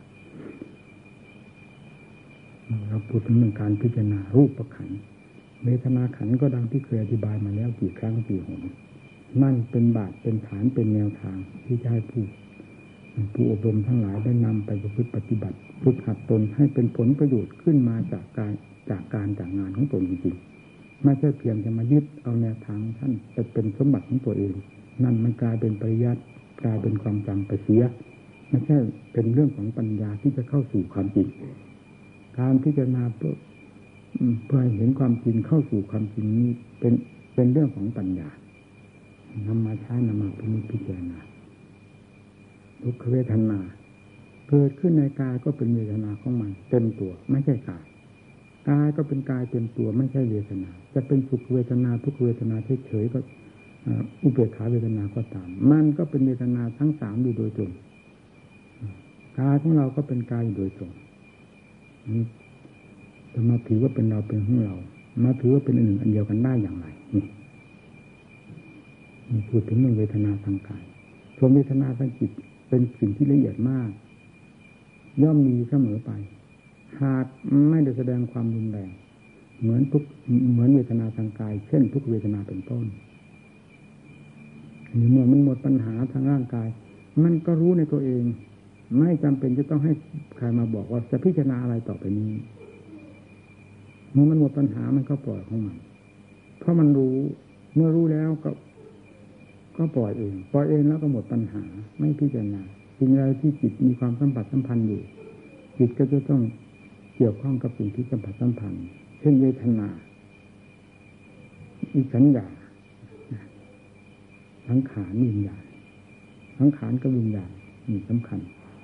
เราพูดถึงเรื่องการพิจารณารูปขันธ์เวทนาขันธ์ก็ดังที่เคยอธิบายมาแล้วกี่ครั้งกี่หนนั่นเป็นบาทเป็นฐานเป็นแนวทางที่จะให้ผู้ผู้อบรมทั้งหลายได้นำไปประพฤติปฏิบัติฝึกหัดตนให้เป็นผลประโยชน์ขึ้นมาจากการจากการจากงานของตนจริงๆไม่ใช่เพียงจะมายึดเอาแนวทางท่านจะเป็นสมบัติของตัวเองนั่นมันกลายเป็นปริยัติกลายเป็นความจำไปเสียไม่ใช่เป็นเรื่องของปัญญาที่จะเข้าสู่ความจริงการพิจารณาเพื่อเพื่อเห็นความจริงเข้าสู่ความจริงนี้เป็นเป็นเรื่องของปัญญานำมาใช้นำมาพิจารณาทุกขเวทนาเกิดขึ้นในกายก็เป็นเวทนาของมันเต็มตัวไม่ใช่กายกายก็เป็นกายเต็มตัวไม่ใช่เวทนาจะเป็นสุขเวทนาทุกขเวทนาเฉยๆก็อุเบกขาเวทนาก็ตามมันก็เป็นเวทนาทั้งสามอยู่โดยตรงกายของเราก็เป็นกายอยู่โดยตรงจะมาถือว่าเป็นเราเป็นของเรามาถือว่าเป็นอันหนึ่งอันเดียวกันได้อย่างไรนี่มีพูดถึงเรื่องเวทนาทางกายส่วนเวทนาทางจิตเป็นสิ่งที่ละเอียดมากย่อมมีเสมอไปหากไม่ได้แสดงความรุนแรงเหมือนทุกเหมือนเวทนาทางกายเช่นทุกเวทนาเป็นต้นเมื่อมันหมดปัญหาทางร่างกายมันก็รู้ในตัวเองไม่จำเป็นจะต้องให้ใครมาบอกว่าจะพิจารณาอะไรต่อไปนี้เมื่อมันหมดปัญหามันก็ปล่อยของมันเพราะมันรู้เมื่อรู้แล้วก็ก็ปล่อยเองปล่อยเองแล้วก็หมดปัญหาไม่พิจารณาสิ่งใดที่จิตมีความสัมผัสสัมพันธ์อยู่จิตก็จะต้องเกี่ยวข้องกับสิ่งที่สัมผัสสัมพันธ์เช่นเวทนาอีสัญญาสังขารวิญญาณสังขารกับวิญญาณนี่สำคัญ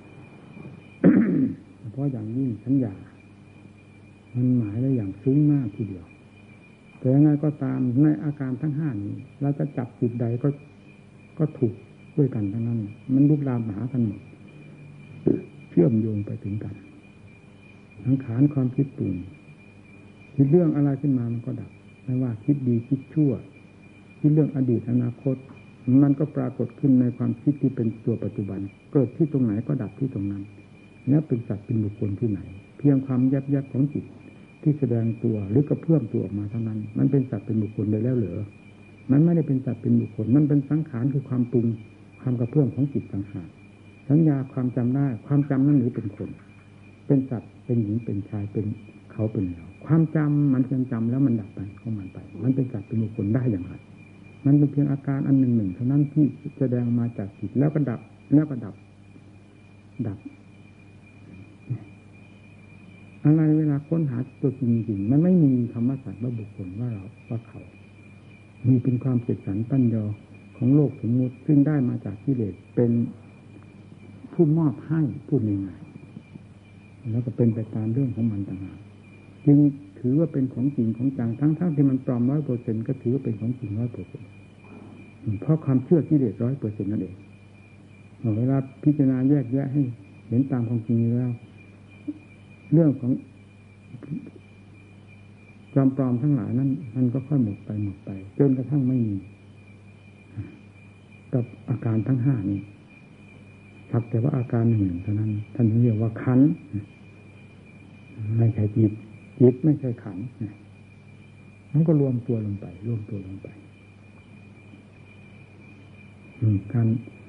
เพราะอย่างยิ่งสัญญามันหมายได้อย่างซึ้งมากทีเดียวแต่ยังไงก็ตามในอาการทั้งห้านี้เราจะจับจิตใดก็ก็ถูกด้วยกันทั้งนั้นมันลุกลามหากันหมดเชื่อมโยงไปถึงกันสังขารความคิดปรุงคิดเรื่องอะไรขึ้นมามันก็ดับไม่ว่าคิดดีคิดชั่วคิดเรื่องอดีตอนาคตมันก็ปรากฏขึ้นในความคิดที่เป็นตัวปัจจุบันเกิดที่ตรงไหนก็ดับที่ตรงนั้นแล้วเป็นสัตว์เป็นบุคคลที่ไหนเพียงความยับยั้งของจิตที่แสดงตัวหรือกระเพื่อมตัวออกมาเท่านั้นมันเป็นสัตว์เป็นบุคคลได้แล้วเหรอมันไม่ได้เป็นสัตว์เป็นบุคคลมันเป็นสังขารคือความปรุงความกระเพื่อมของจิตต่างหากสัญญาความจำได้ความจำนั้นหรือเป็นคนเป็นสัตว์เป็นหญิงเป็นชายเป็นเขาเป็นเราความจำมันเพียงจำแล้วมันดับไปของมันไปมันเป็นสัตว์เป็นบุคคลได้อย่างไรมันเป็นเพียงอาการอันหนึ่งหนึ่งเท่านั้นที่แสดงมาจากจิตแล้วก็ดับแล้วก็ดับดับอะไรเวลาค้นหาตัวจริงๆมันไม่มีคำว่าสัตว์ว่าบุคคลว่าเราว่าเขามีเป็นความเสกสรรปั้นยอของโลกสมมุติซึ่งได้มาจากกิเลสเป็นผู้มอบให้พูดง่ายๆแล้วก็เป็นไปตามเรื่องของมันต่างหากจึงถือว่าเป็นของจริงของจังทั้งๆที่มันปลอมร้อยเปอร์เซ็นต์ก็ถือว่าเป็นของจริงร้อยเปอร์เซ็นต์เพราะความเชื่อกิเลสร้อยเปอร์เซ็นต์นั่นเองเวลาพิจารณาแยกแยะให้เห็นตามความจริงแล้วเรื่องของจอมปลอมทั้งหลายนั้นมันก็ค่อยหมดไปหมดไปจนกระทั่งไม่มีกับอาการทั้งห้านี้ครับแต่ว่าอาการหนึ่งเท่านั้นท่านเรียกว่าขันธ์ไม่ใช่จิตจิตไม่ใช่ขันธ์มันก็รวมตัวลงไปรวมตัวลงไปการ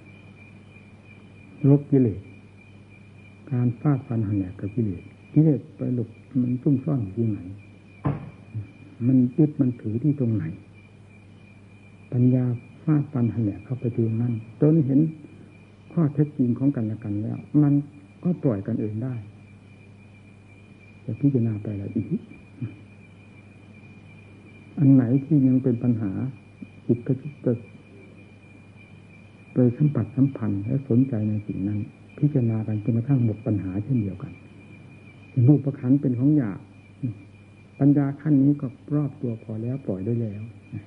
ลบกิเลสการฟาดฟันหันแหลกกับกิเลสกิเลสไปหลบมันซุ่มซ่อนอยู่ที่ไหนมันยึดมันถือที่ตรงไหนปัญญาฟาดฟันหันแหลกเข้าไปตรงนั้นจนเห็นข้อเท็จจริงของกันและกันแล้วมันก็ปล่อยกันเองได้จะพิจารณาไปอะไรอีกอันไหนที่ยังเป็นปัญหาจิตก็จะไปสัมผัสสัมพันธ์และสนใจในสิ่งนั้นพิจารณากันจนกระทั่งหมดปัญหาเช่นเดียวกันรูปขันธ์เป็นของหยาบปัญญาขั้นนี้ก็รอบตัวพอแล้วปล่อยได้แล้ว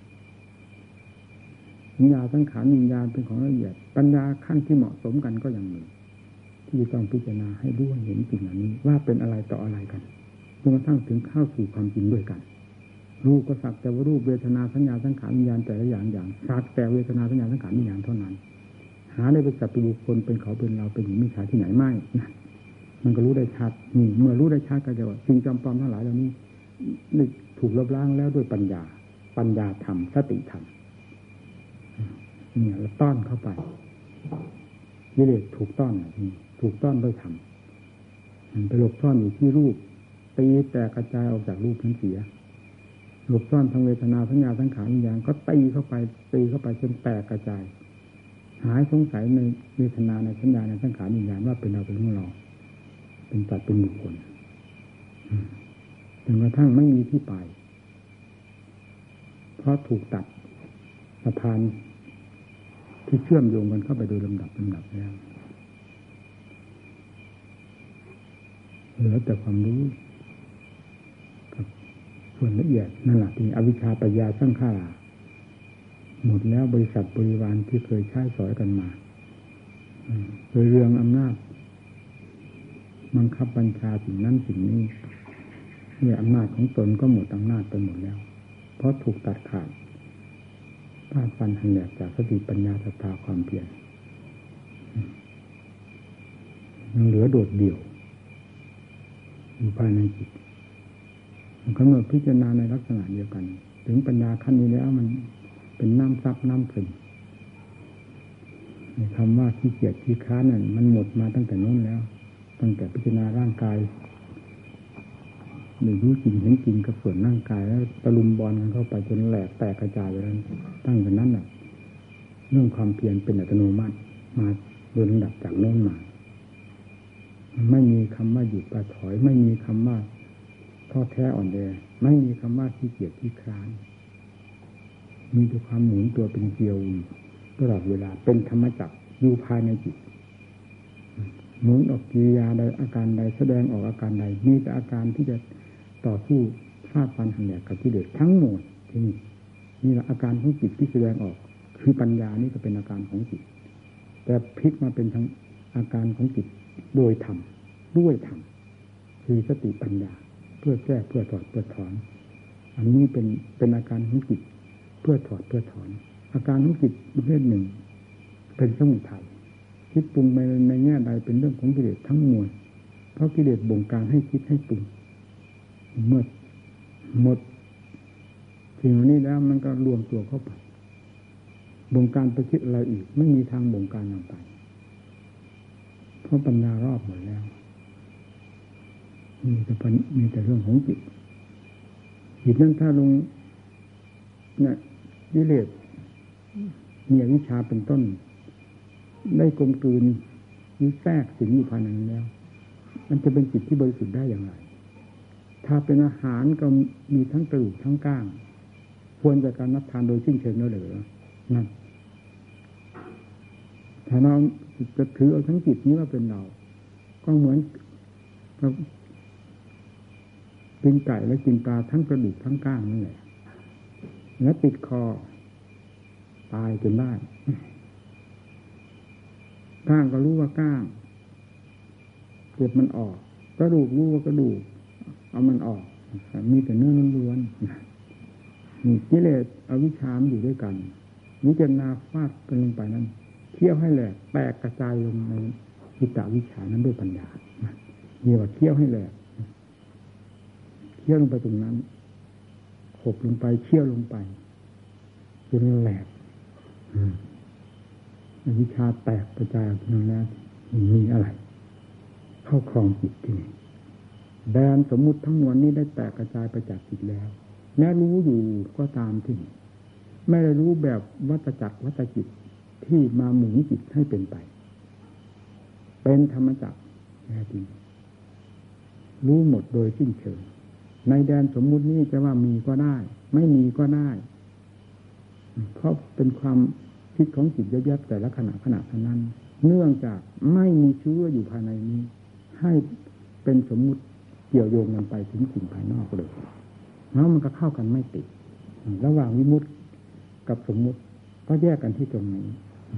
วิญญาณสังขารวิญญาณเป็นของละเอียดปัญญาขั้นที่เหมาะสมกันก็อย่างหนึ่งที่ต้องพิจารณาให้รู้เห็นสิ่งเหล่านี้ว่าเป็นอะไรต่ออะไรกันจนกระทั่งถึงเข้าสู่ความจริงด้วยกันรูปก็สักแต่ว่ารูปเวทนาสัญญาสังขารวิญญาณแต่ละอย่างอย่างสักแต่เวทนาสัญญาสังขารวิญญาณเท่านั้นหาได้เป็นสัตว์เป็นบุคคลเป็นเขาเป็นเราเป็นหญิงมิจฉาที่ไหนไม่มันก็รู้ได้ชัดนี่เมื่อรู้ได้ชัดก็จะว่าสิ่งจำปลอมทั้งหลายเหล่านี้ได้ถูกลบล้างแล้วด้วยปัญญาปัญญาธรรมสติธรรมเนี่ยเราต้อนเข้าไปกิเลสถูกต้อนถูกต้อนด้วยธรรมมันไปหลบซ่อนอยู่ที่รูปตีแตกกระจายออกจากรูปนั้นเสียหลบซ่อนทางเวทนาสัญญาสังขารวิญญาณก็ตีเข้าไปตีเข้าไปจนแตกกระจายหายสงสัยในเวทนาในสัญญาในสังขารวิญญาณว่าเป็นเราเป็นของเราเป็นสัตว์เป็นบุคคลจนกระทั่งไม่มีที่ไปเพราะถูกตัดสะพานที่เชื่อมโยงกันเข้าไปโดยลำดับลำดับแล้วเหลือแต่ความรู้กับส่วนละเอียดนั่นแหละที่อวิชชาปัญญาสังขาราหมดแล้วบริษัทบริวารที่เคยใช้สอยกันมาโดยเรื่องอำนาจบังคับบัญชาสิ่งนั้นสิ่งนี้ด้วยอำนาจของตนก็หมดอำนาจไปหมดแล้วเพราะถูกตัดขาดฟาดฟันหันแหลกจากสติปัญญาศรัทธาความเพียรยังเหลือโดดเดี่ยวอยู่ภายในจิตมันก็เมื่อพิจารณาในลักษณะเดียวกันถึงปัญญาขั้นนี้แล้วมันเป็นน้ำซับน้ำซึมในคำว่าขี้เกียจขี้ค้านนั่นมันหมดมาตั้งแต่โน้นแล้วตั้งแต่พิจารณาร่างกายหรือรู้จริงเห็นจริงกับส่วนร่างกายแล้วตะลุมบอลกันเข้าไปจนแหลกแตกกระจายไปแล้วตั้งแต่นั้นน่ะเรื่องความเพียรเป็นอัตโนมัติมาโดยลำดับจากโน้นมาไม่มีคำว่าหยุดปะถอยไม่มีคำว่าท้อแท้อ่อนแอไม่มีคำว่าขี้เกียจขี้คร้านมีแต่ความหมุนตัวเป็นเกลียวตลอดเวลาเป็นธรรมจักรอยู่ภายในจิตหมุนออกกิริยาใดอาการใดแสดงออกอาการใดมีแต่อาการที่จะต่อสู้ฟาดฟันหันแหลกกับกิเลสทั้งหมดที่นี่นี่แหละอาการของจิตที่แสดงออกคือปัญญานี่ก็เป็นอาการของจิตแต่พลิกมาเป็นทั้งอาการของจิตโดยธรรมด้วยธรรมคือสติปัญญาเพื่อแก้เพื่อถอดเพื่อถอนอันนี้เป็นเป็นอาการของจิตเพื่อถอดเพื่อถอนอาการของจิตประเภทหนึ่งเป็นสมุทัยคิดปรุงไปในแง่ใดเป็นเรื่องของกิเลสทั้งมวลเพราะกิเลสบงการให้คิดให้ปรุงเมื่อหมดสิ่งนี้แล้วมันก็รวมตัวเข้าไปบงการไปคิดอะไรอีกไม่มีทางบงการลงไปเพราะปัญญารอบหมดแล้วมีแต่มีแต่เรื่องของจิตจิตนั้นถ้าลงเนี่ยกิเลสมีอวิชชาเป็นต้นได้กลมกลืนหรือแทรกสิงอยู่ภายในนั้นแล้วมันจะเป็นจิตที่บริสุทธิ์ได้อย่างไรถ้าเป็นอาหารก็มีทั้งกระดูกทั้งก้างควรจะการรับทานโดยสิ้นเชิงแล้วเหรือนั่นถ้าเราจะถือเอาทั้งจิตนี้ว่าเป็นเราก็เหมือนกับกินไก่และกินปลาทั้งกระดูกทั้งก้างนั่นแหละแล้วติดคอตายจนได้ก้างก็รู้ว่าก้างเก็บมันออกกระดูกรู้ว่ากระดูกเอามันออกมีแต่เนื้อล้วนๆมีกิเลสอวิชชาอยู่ด้วยกันนิจนาฟาดกันลงไปนั้นเคี่ยวให้แหลกแตกกระจายลงในวิตาวิชชานั้นด้วยปัญญาเรียกว่าเคี่ยวให้แหลกเคี่ยวลงไปตรงนั้นขบลงไปเคี่ยวลงไปจนแหลกวิชาแตกกระจายออกมาแล้วมีอะไรเข้าครองจิตที่นี่แดนสมมุติทั้งมวลนี้ได้แตกกระจายไปจากจิตแล้วแม้รู้อยู่ก็ตามที่ไม่ได้รู้แบบวัฏจักรวัฏจิตที่มาหมุนจิตให้เป็นไปเป็นธรรมจักรแท้จริงรู้หมดโดยสิ้นเชิงในแดนสมมุตินี้จะว่ามีก็ได้ไม่มีก็ได้เพราะเป็นความคิดของจิตแยบๆแต่ละขณะขณะเท่านั้นเนื่องจากไม่มีเชื้ออยู่ภายในนี้ให้เป็นสมมุติเกี่ยวโยงกันไปถึงสิ่งภายนอกเลยแล้วมันก็เข้ากันไม่ติดระหว่างวิมุตติกับสมมุติก็แยกกันที่ตรงนี้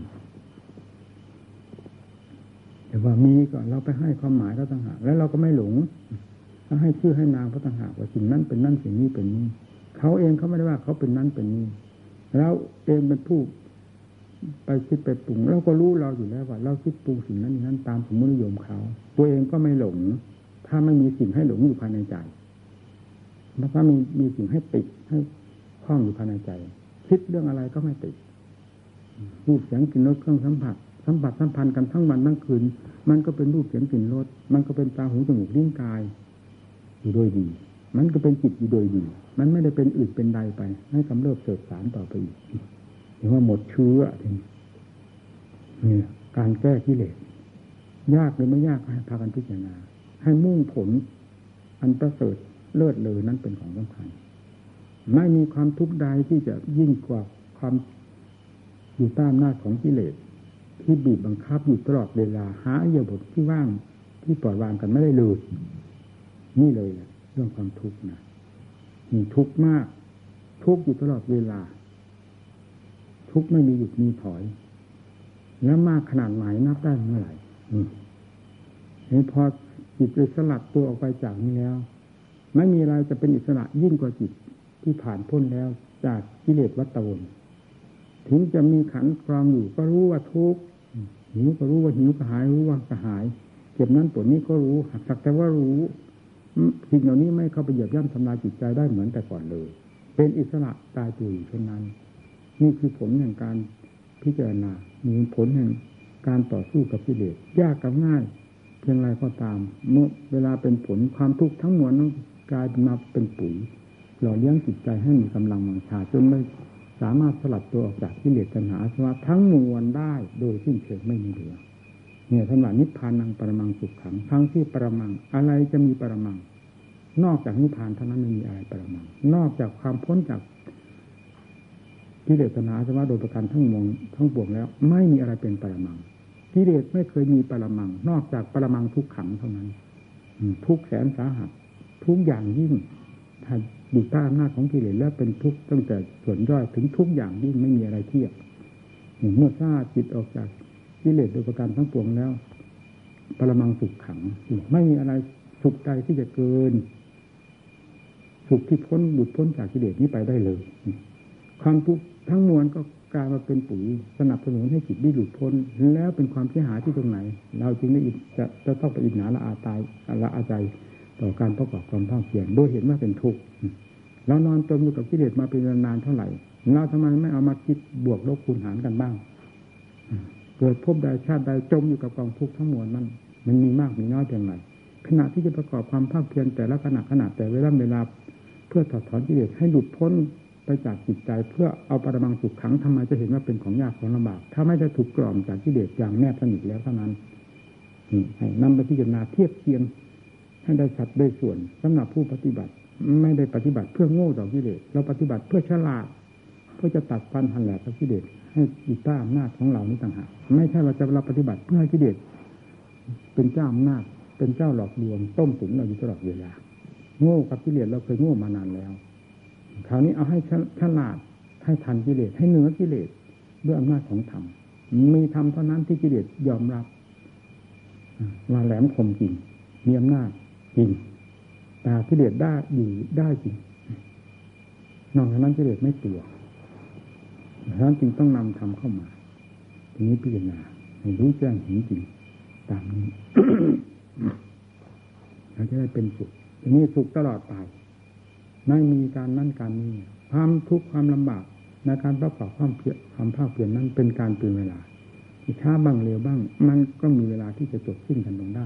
แต่ว่ามีก็เราไปให้ความหมายก็ต่างหากแล้วเราก็ไม่หลงถ้าให้ชื่อให้นามก็ต่างหากว่าสิ่งนั้นเป็นนั่นสิ่งนี้เป็นนี้เขาเองเขาไม่ได้ว่าเขาเป็นนั้นเป็นนี้แล้วเองเป็นผู้ไปคิดไปปรุงเราก็รู้เราอยู่แล้วว่าเราคิดปรุงสิ่งนั้นอย่างนั้นตามสมมตินิยมเขาตัวเองก็ไม่หลงถ้าไม่มีสิ่งให้หลงอยู่ภายในใจถ้ามีมีสิ่งให้ติดให้คล้องอยู่ภายในใจคิดเรื่องอะไรก็ไม่ติดรูปเสียงกลิ่นรสเครื่องสัมผัสสัมผัสสัมพันธ์กันทั้งวันทั้งคืนมันก็เป็นรูปเสียงกลิ่นรสมันก็เป็นตาหูจมูกลิ้นกายอยู่โดยดีมันก็เป็นจิตอยู่โดยดีมันไม่ได้เป็นอื่นเป็นใดไปให้กำเริบเสบสารต่อไปอีกเห็นว่าหมดเชื้อนี่การแก้กิเลสยากหรือไม่ยากให้พากันพิจารณาให้มุ่งผลอันประเสริฐเลิศเลอนั้นเป็นของสำคัญไม่มีความทุกข์ใดที่จะยิ่งกว่าความอยู่ใต้อำนาจของกิเลสที่บีบบังคับอยู่ตลอดเวลาหาอิริยาบถที่ว่างที่ปล่อยวางกันไม่ได้เลยนี่เลยเรื่องความทุกข์นะมีทุกข์มากทุกข์อยู่ตลอดเวลาทุกข์ไม่มีหยุดมีถอยแล้วมากขนาดไหนนับได้เมื่อไหร่เห็นพอจิตสลัดตัวออกไปจากนี้แล้วไม่มีอะไรจะเป็นอิสระยิ่งกว่าจิตที่ผ่านพ้นแล้วจากกิเลสวัฏฏะวนถึงจะมีขันธ์ครองอยู่ก็รู้ว่าทุกข์หิวก็รู้ว่าหิวกระหายรู้ว่ากระหายเก็บนั้นปวดนี้ก็รู้สักแต่ว่ารู้สิ่งเหล่านี้ไม่เข้าไปเหยียบย่ำทำลายจิตใจได้เหมือนแต่ก่อนเลยเป็นอิสระตายตัวอยู่เช่นนั้นนี่คือผลแห่งการพิจารณามีผลแห่งการต่อสู้กับกิเลสยากกับง่ายเพียงไรก็ตามเมื่อเวลาเป็นผลความทุกข์ทั้งมวลนั้นกลายเป็นมาเป็นปุ๋ยหล่อเลี้ยงจิตใจให้มีกำลังวังชาจนไม่สามารถสลัดตัวออกจากกิเลสตัณหาอาสวะทั้งมวลได้โดยสิ้นเชิงไม่มีเหลือเนี่ยท่านว่านิพพานังปรมังสุขขังทั้งที่ปรมังอะไรจะมีปรมังนอกจากนิพพานเท่านั้นไม่มีอะไรปรมังนอกจากความพ้นจากกิเลสตัณหาอาสวะโดยประการทั้งมวลทั้งปวงแล้วไม่มีอะไรเป็นปรมังกิเลสไม่เคยมีปรมังนอกจากปรมังทุกขังเท่านั้นทุกแสนสาหัสทุกอย่างยิ่งถ้าอยู่ใต้อำนาจของกิเลสแล้วเป็นทุกข์ตั้งแต่ส่วนย่อยถึงทุกอย่างยิ่งไม่มีอะไรเทียบเมื่อซาจิตออกจากกิเลสโดยประการทั้งปวงแล้วปรมังสุขขังไม่มีอะไรสุขใดที่จะเกินสุขที่พ้นหลุดพ้นจากกิเลสนี้ไปได้เลยความทุกข์ทั้งมวลก็กลายมาเป็นปุ๋ยสนับสนุนให้จิตได้หลุดพ้นแล้วเป็นความเสียหายที่ตรงไหนเราจึงได้จะจะต้องไปอิจฉาละอาตายละอาใจต่อการประกอบความภาคเพียรโดยเห็นว่าเป็นทุกข์เรานอนจมอยู่กับกิเลสมาเป็นนานๆเท่าไหร่เราทำไมไม่เอามาคิดบวกลบคูณหารกันบ้างเกิดพบใดชาติใดจมอยู่กับกองทุกข์ทั้งมวลนั้นมันมีมากมีน้อยเพียงไรขณะที่จะประกอบความภาคเพียรแต่ละขณะขณะแต่เวลาเวลาเพื่อถอดถอนกิเลสให้หลุดพ้นไปไปจากจิตใจเพื่อเอาปรมังสุขขังทำไมจะเห็นว่าเป็นของยากของลำบากถ้าไม่ได้ถูกกล่อมจากกิเลสอย่างแนบสนิทแล้วเท่านั้นให้นำไปพิจารณาเทียบเทียงให้ได้สัดได้ส่วนสำหรับผู้ปฏิบัติไม่ได้ปฏิบัติเพื่อโง่ต่อกิเลสเราปฏิบัติเพื่อฉลาดเพื่อจะตัดฟันหันแหลกกิเลสให้อยู่ใต้อำนาจของเรานี้ต่างหากไม่ใช่ว่าจะเราปฏิบัติเพื่อให้กิเลสเป็นเจ้าอำนาจเป็นเจ้าหลอกลวงต้มตุ๋นเราอยู่ตลอดเวลาโง่กับกิเลสเราเคยโง่มานานแล้วคราวนี้เอาให้ฉลาดให้ทันกิเลสให้เหนือกิเลสด้วยอำนาจของธรรมมีธรรมเท่านั้นที่กิเลสยอมรับว่าแหลมคมจริงมีอำนาจจริงแต่กิเลสได้อยู่ได้จริงนอกจากนั้นกิเลสไม่ตัวดังนั้นจึงต้องนำธรรมเข้ามาทีนี้พิจารณาให้รู้แจ้งเห็นจริงตามนี้ เราจะได้เป็นสุขทีนี้สุขตลอดไปไม่มีการนั่นการนี้ความทุกข์ความลำบากในการประกอบความเพียรความภาคเพียรนั้นเป็นการเปลี่ยนเวลาช้าบ้างเร็วบ้างมันก็มีเวลาที่จะจบสิ้นกันลงได้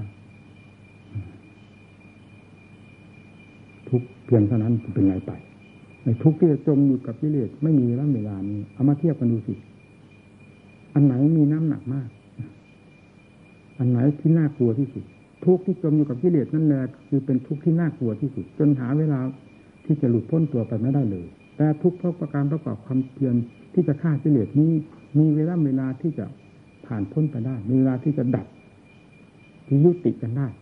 ทุกเพียงเท่านั้นเป็นไรไปในทุกที่จะจมอยู่กับกิเลสไม่มีเวลาเวลานี้เอามาเทียบกันดูสิอันไหนมีน้ำหนักมากอันไหนที่น่ากลัวที่สุดทุกที่จมอยู่กับกิเลสนั่นแหละคือเป็นทุกที่น่ากลัวที่สุดจนหาเวลาที่จะหลุดพ้นตัวไปไม่ได้เลยแต่ทุกเพราะประการประกอบความเพียรที่จะฆ่ากิเลสนี้มีเวลาเวลาที่จะผ่านพ้นไปได้มีเวลาที่จะดับที่ยุติกันได้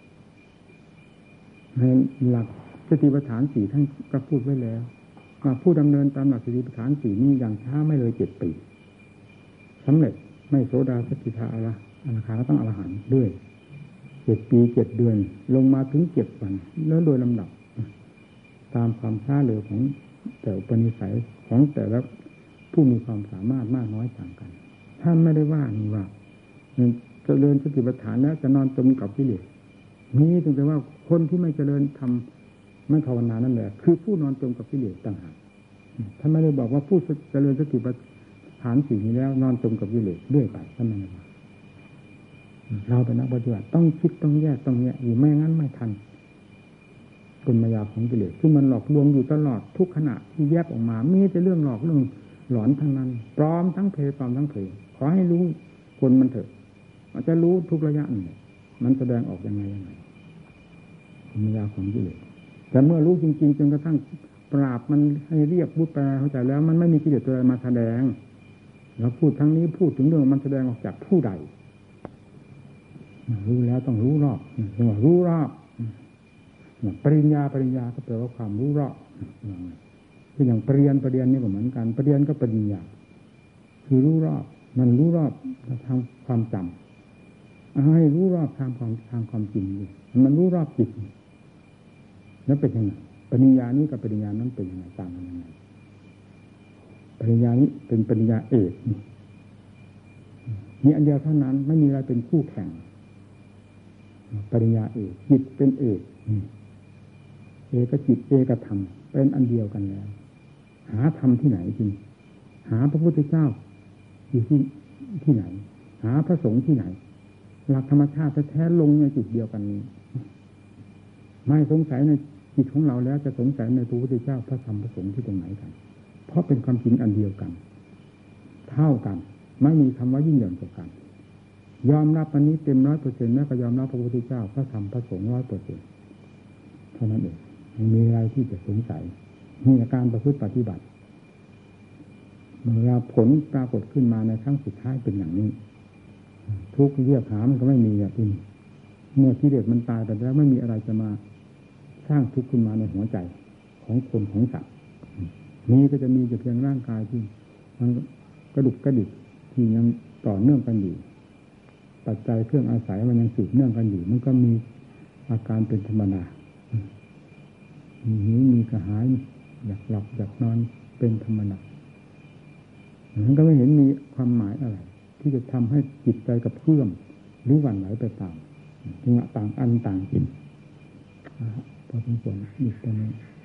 ในหลักสติปัฏฐานสี่ท่านก็พูดไว้แล้วผู้ดำเนินตามหลักสติปัฏฐานสี่นี้อย่างช้าไม่เลยเจ็ดปีสำเร็จไม่โสดาสกิทาอรอนาคาแล้วต้องอรหันต์ด้วยเจ็ดปีเจ็ดเดือนลงมาถึงเจ็ดวันแล้วโดยลำดับตามความช้าเร็วของแต่อุปนิสัยของแต่ละผู้มีความสามารถมากน้อยต่างกันท่านไม่ได้ว่านี่ว่าเจริญสติปัฏฐานแล้วจะนอนจมกับกิเลสนี้ถึงแต่ว่าคนที่ไม่เจริญทำไม่ภาวนานั่นแหละคือผู้นอนจมกับกิเลสต่างหากท่านไม่ได้บอกว่าผู้เจริญสติปัฏฐานสิ่งนี้แล้วนอนจมกับกิเลสเรื่อยไปท่านไม่ได้ว่าเราเป็นนักปฏิบัติต้องคิดต้องแยกต้องแยกอยู่ไม่งั้นไม่ทันกลมายาของกิเลสซึ่งมันหลอกลวงอยู่ตลอดทุกขณะที่แยกออกมามีแต่เรื่องหลอกเรื่องหลอนทั้งนั้นปลอมทั้งเพยปลอมทั้งเพยขอให้รู้คนมันเถอะอาจจะรู้ทุกระยะนี่มันแสดงออกยังไงยังไงกลมายาของกิเลสแต่เมื่อรู้จริงๆจนกระทั่งปราบมันให้เรียบพูดแปลเข้าใจแล้วมันไม่มีกิเลสตัวใดมาแสดงเราพูดทั้งนี้พูดถึงเรื่องมันแสดงออกจากผู้ใดรู้แล้วต้องรู้รอบเรียกว่ารู้รอบปริญญาปริญญาก็แปลว่าความรู้รอบคืออย่างปริญญาปริญญานี่ก็เหมือนกันปริญญาก็ปริญญาคือรู้รอบมันรู้รอบทางความจำให้รู้รอบทางความทางความจริงมันรู้รอบจิตแล้วเป็นยังไงปริญญานี้กับปริญญานั้นเป็นยังไงต่างกันยังไงปริญญานี้เป็นปริญญาเอกนี่อันเดียวเท่านั้นไม่มีอะไรเป็นคู่แข่งปริญญาเอกจิตเป็นเอกเอกจิตเอกธรรมเป็นอันเดียวกันแล้วหาธรรมที่ไหนจริงหาพระพุทธเจ้าอยู่ที่ที่ไหนหาพระสงฆ์ที่ไหนหลักธรรมชาติแท้ๆลงในจุดเดียวกันนี้ไม่สงสัยในจิตของเราแล้วจะสงสัยในพระพุทธเจ้าพระธรรมพระสงฆ์ที่ตรงไหนกันเพราะเป็นความจริงอันเดียวกันเท่ากันไม่มีคำว่ายิ่งหย่อนกว่ากันยอมรับอันนี้เต็มร้อยเปอร์เซ็นต์แล้วก็ยอมรับพระพุทธเจ้าพระธรรมพระสงฆ์ร้อยเปอร์เซ็นต์เท่านั้นเองไม่มีอะไรที่จะสงสัยนี่การประพฤติปฏิบัติเมื่อผลปรากฏขึ้นมาในครั้งสุดท้ายเป็นอย่างนี้ทุกข์เรียกหามันก็ไม่มีอย่างอื่นเมื่อกิเลสมันตายไปแล้วไม่มีอะไรจะมาสร้างทุกข์ขึ้นมาในหัวใจของคนของสัตว์นี้ก็จะมีแต่เพียงร่างกายที่มันกระดุกกระดิกที่ยังต่อเนื่องกันอยู่ปัจจัยเครื่องอาศัยมันยังสืบเนื่องกันอยู่มันก็มีอาการเป็นธรรมดามีหิวมีกระหายอยากหลับอยากนอนเป็นธรรมดามันก็ไม่เห็นมีความหมายอะไรที่จะทำให้จิตใจกับเพื่อมหรือหวั่นไหวไปตามจึงต่างอันต่างจิตพอสมควรหยุดตรงนี้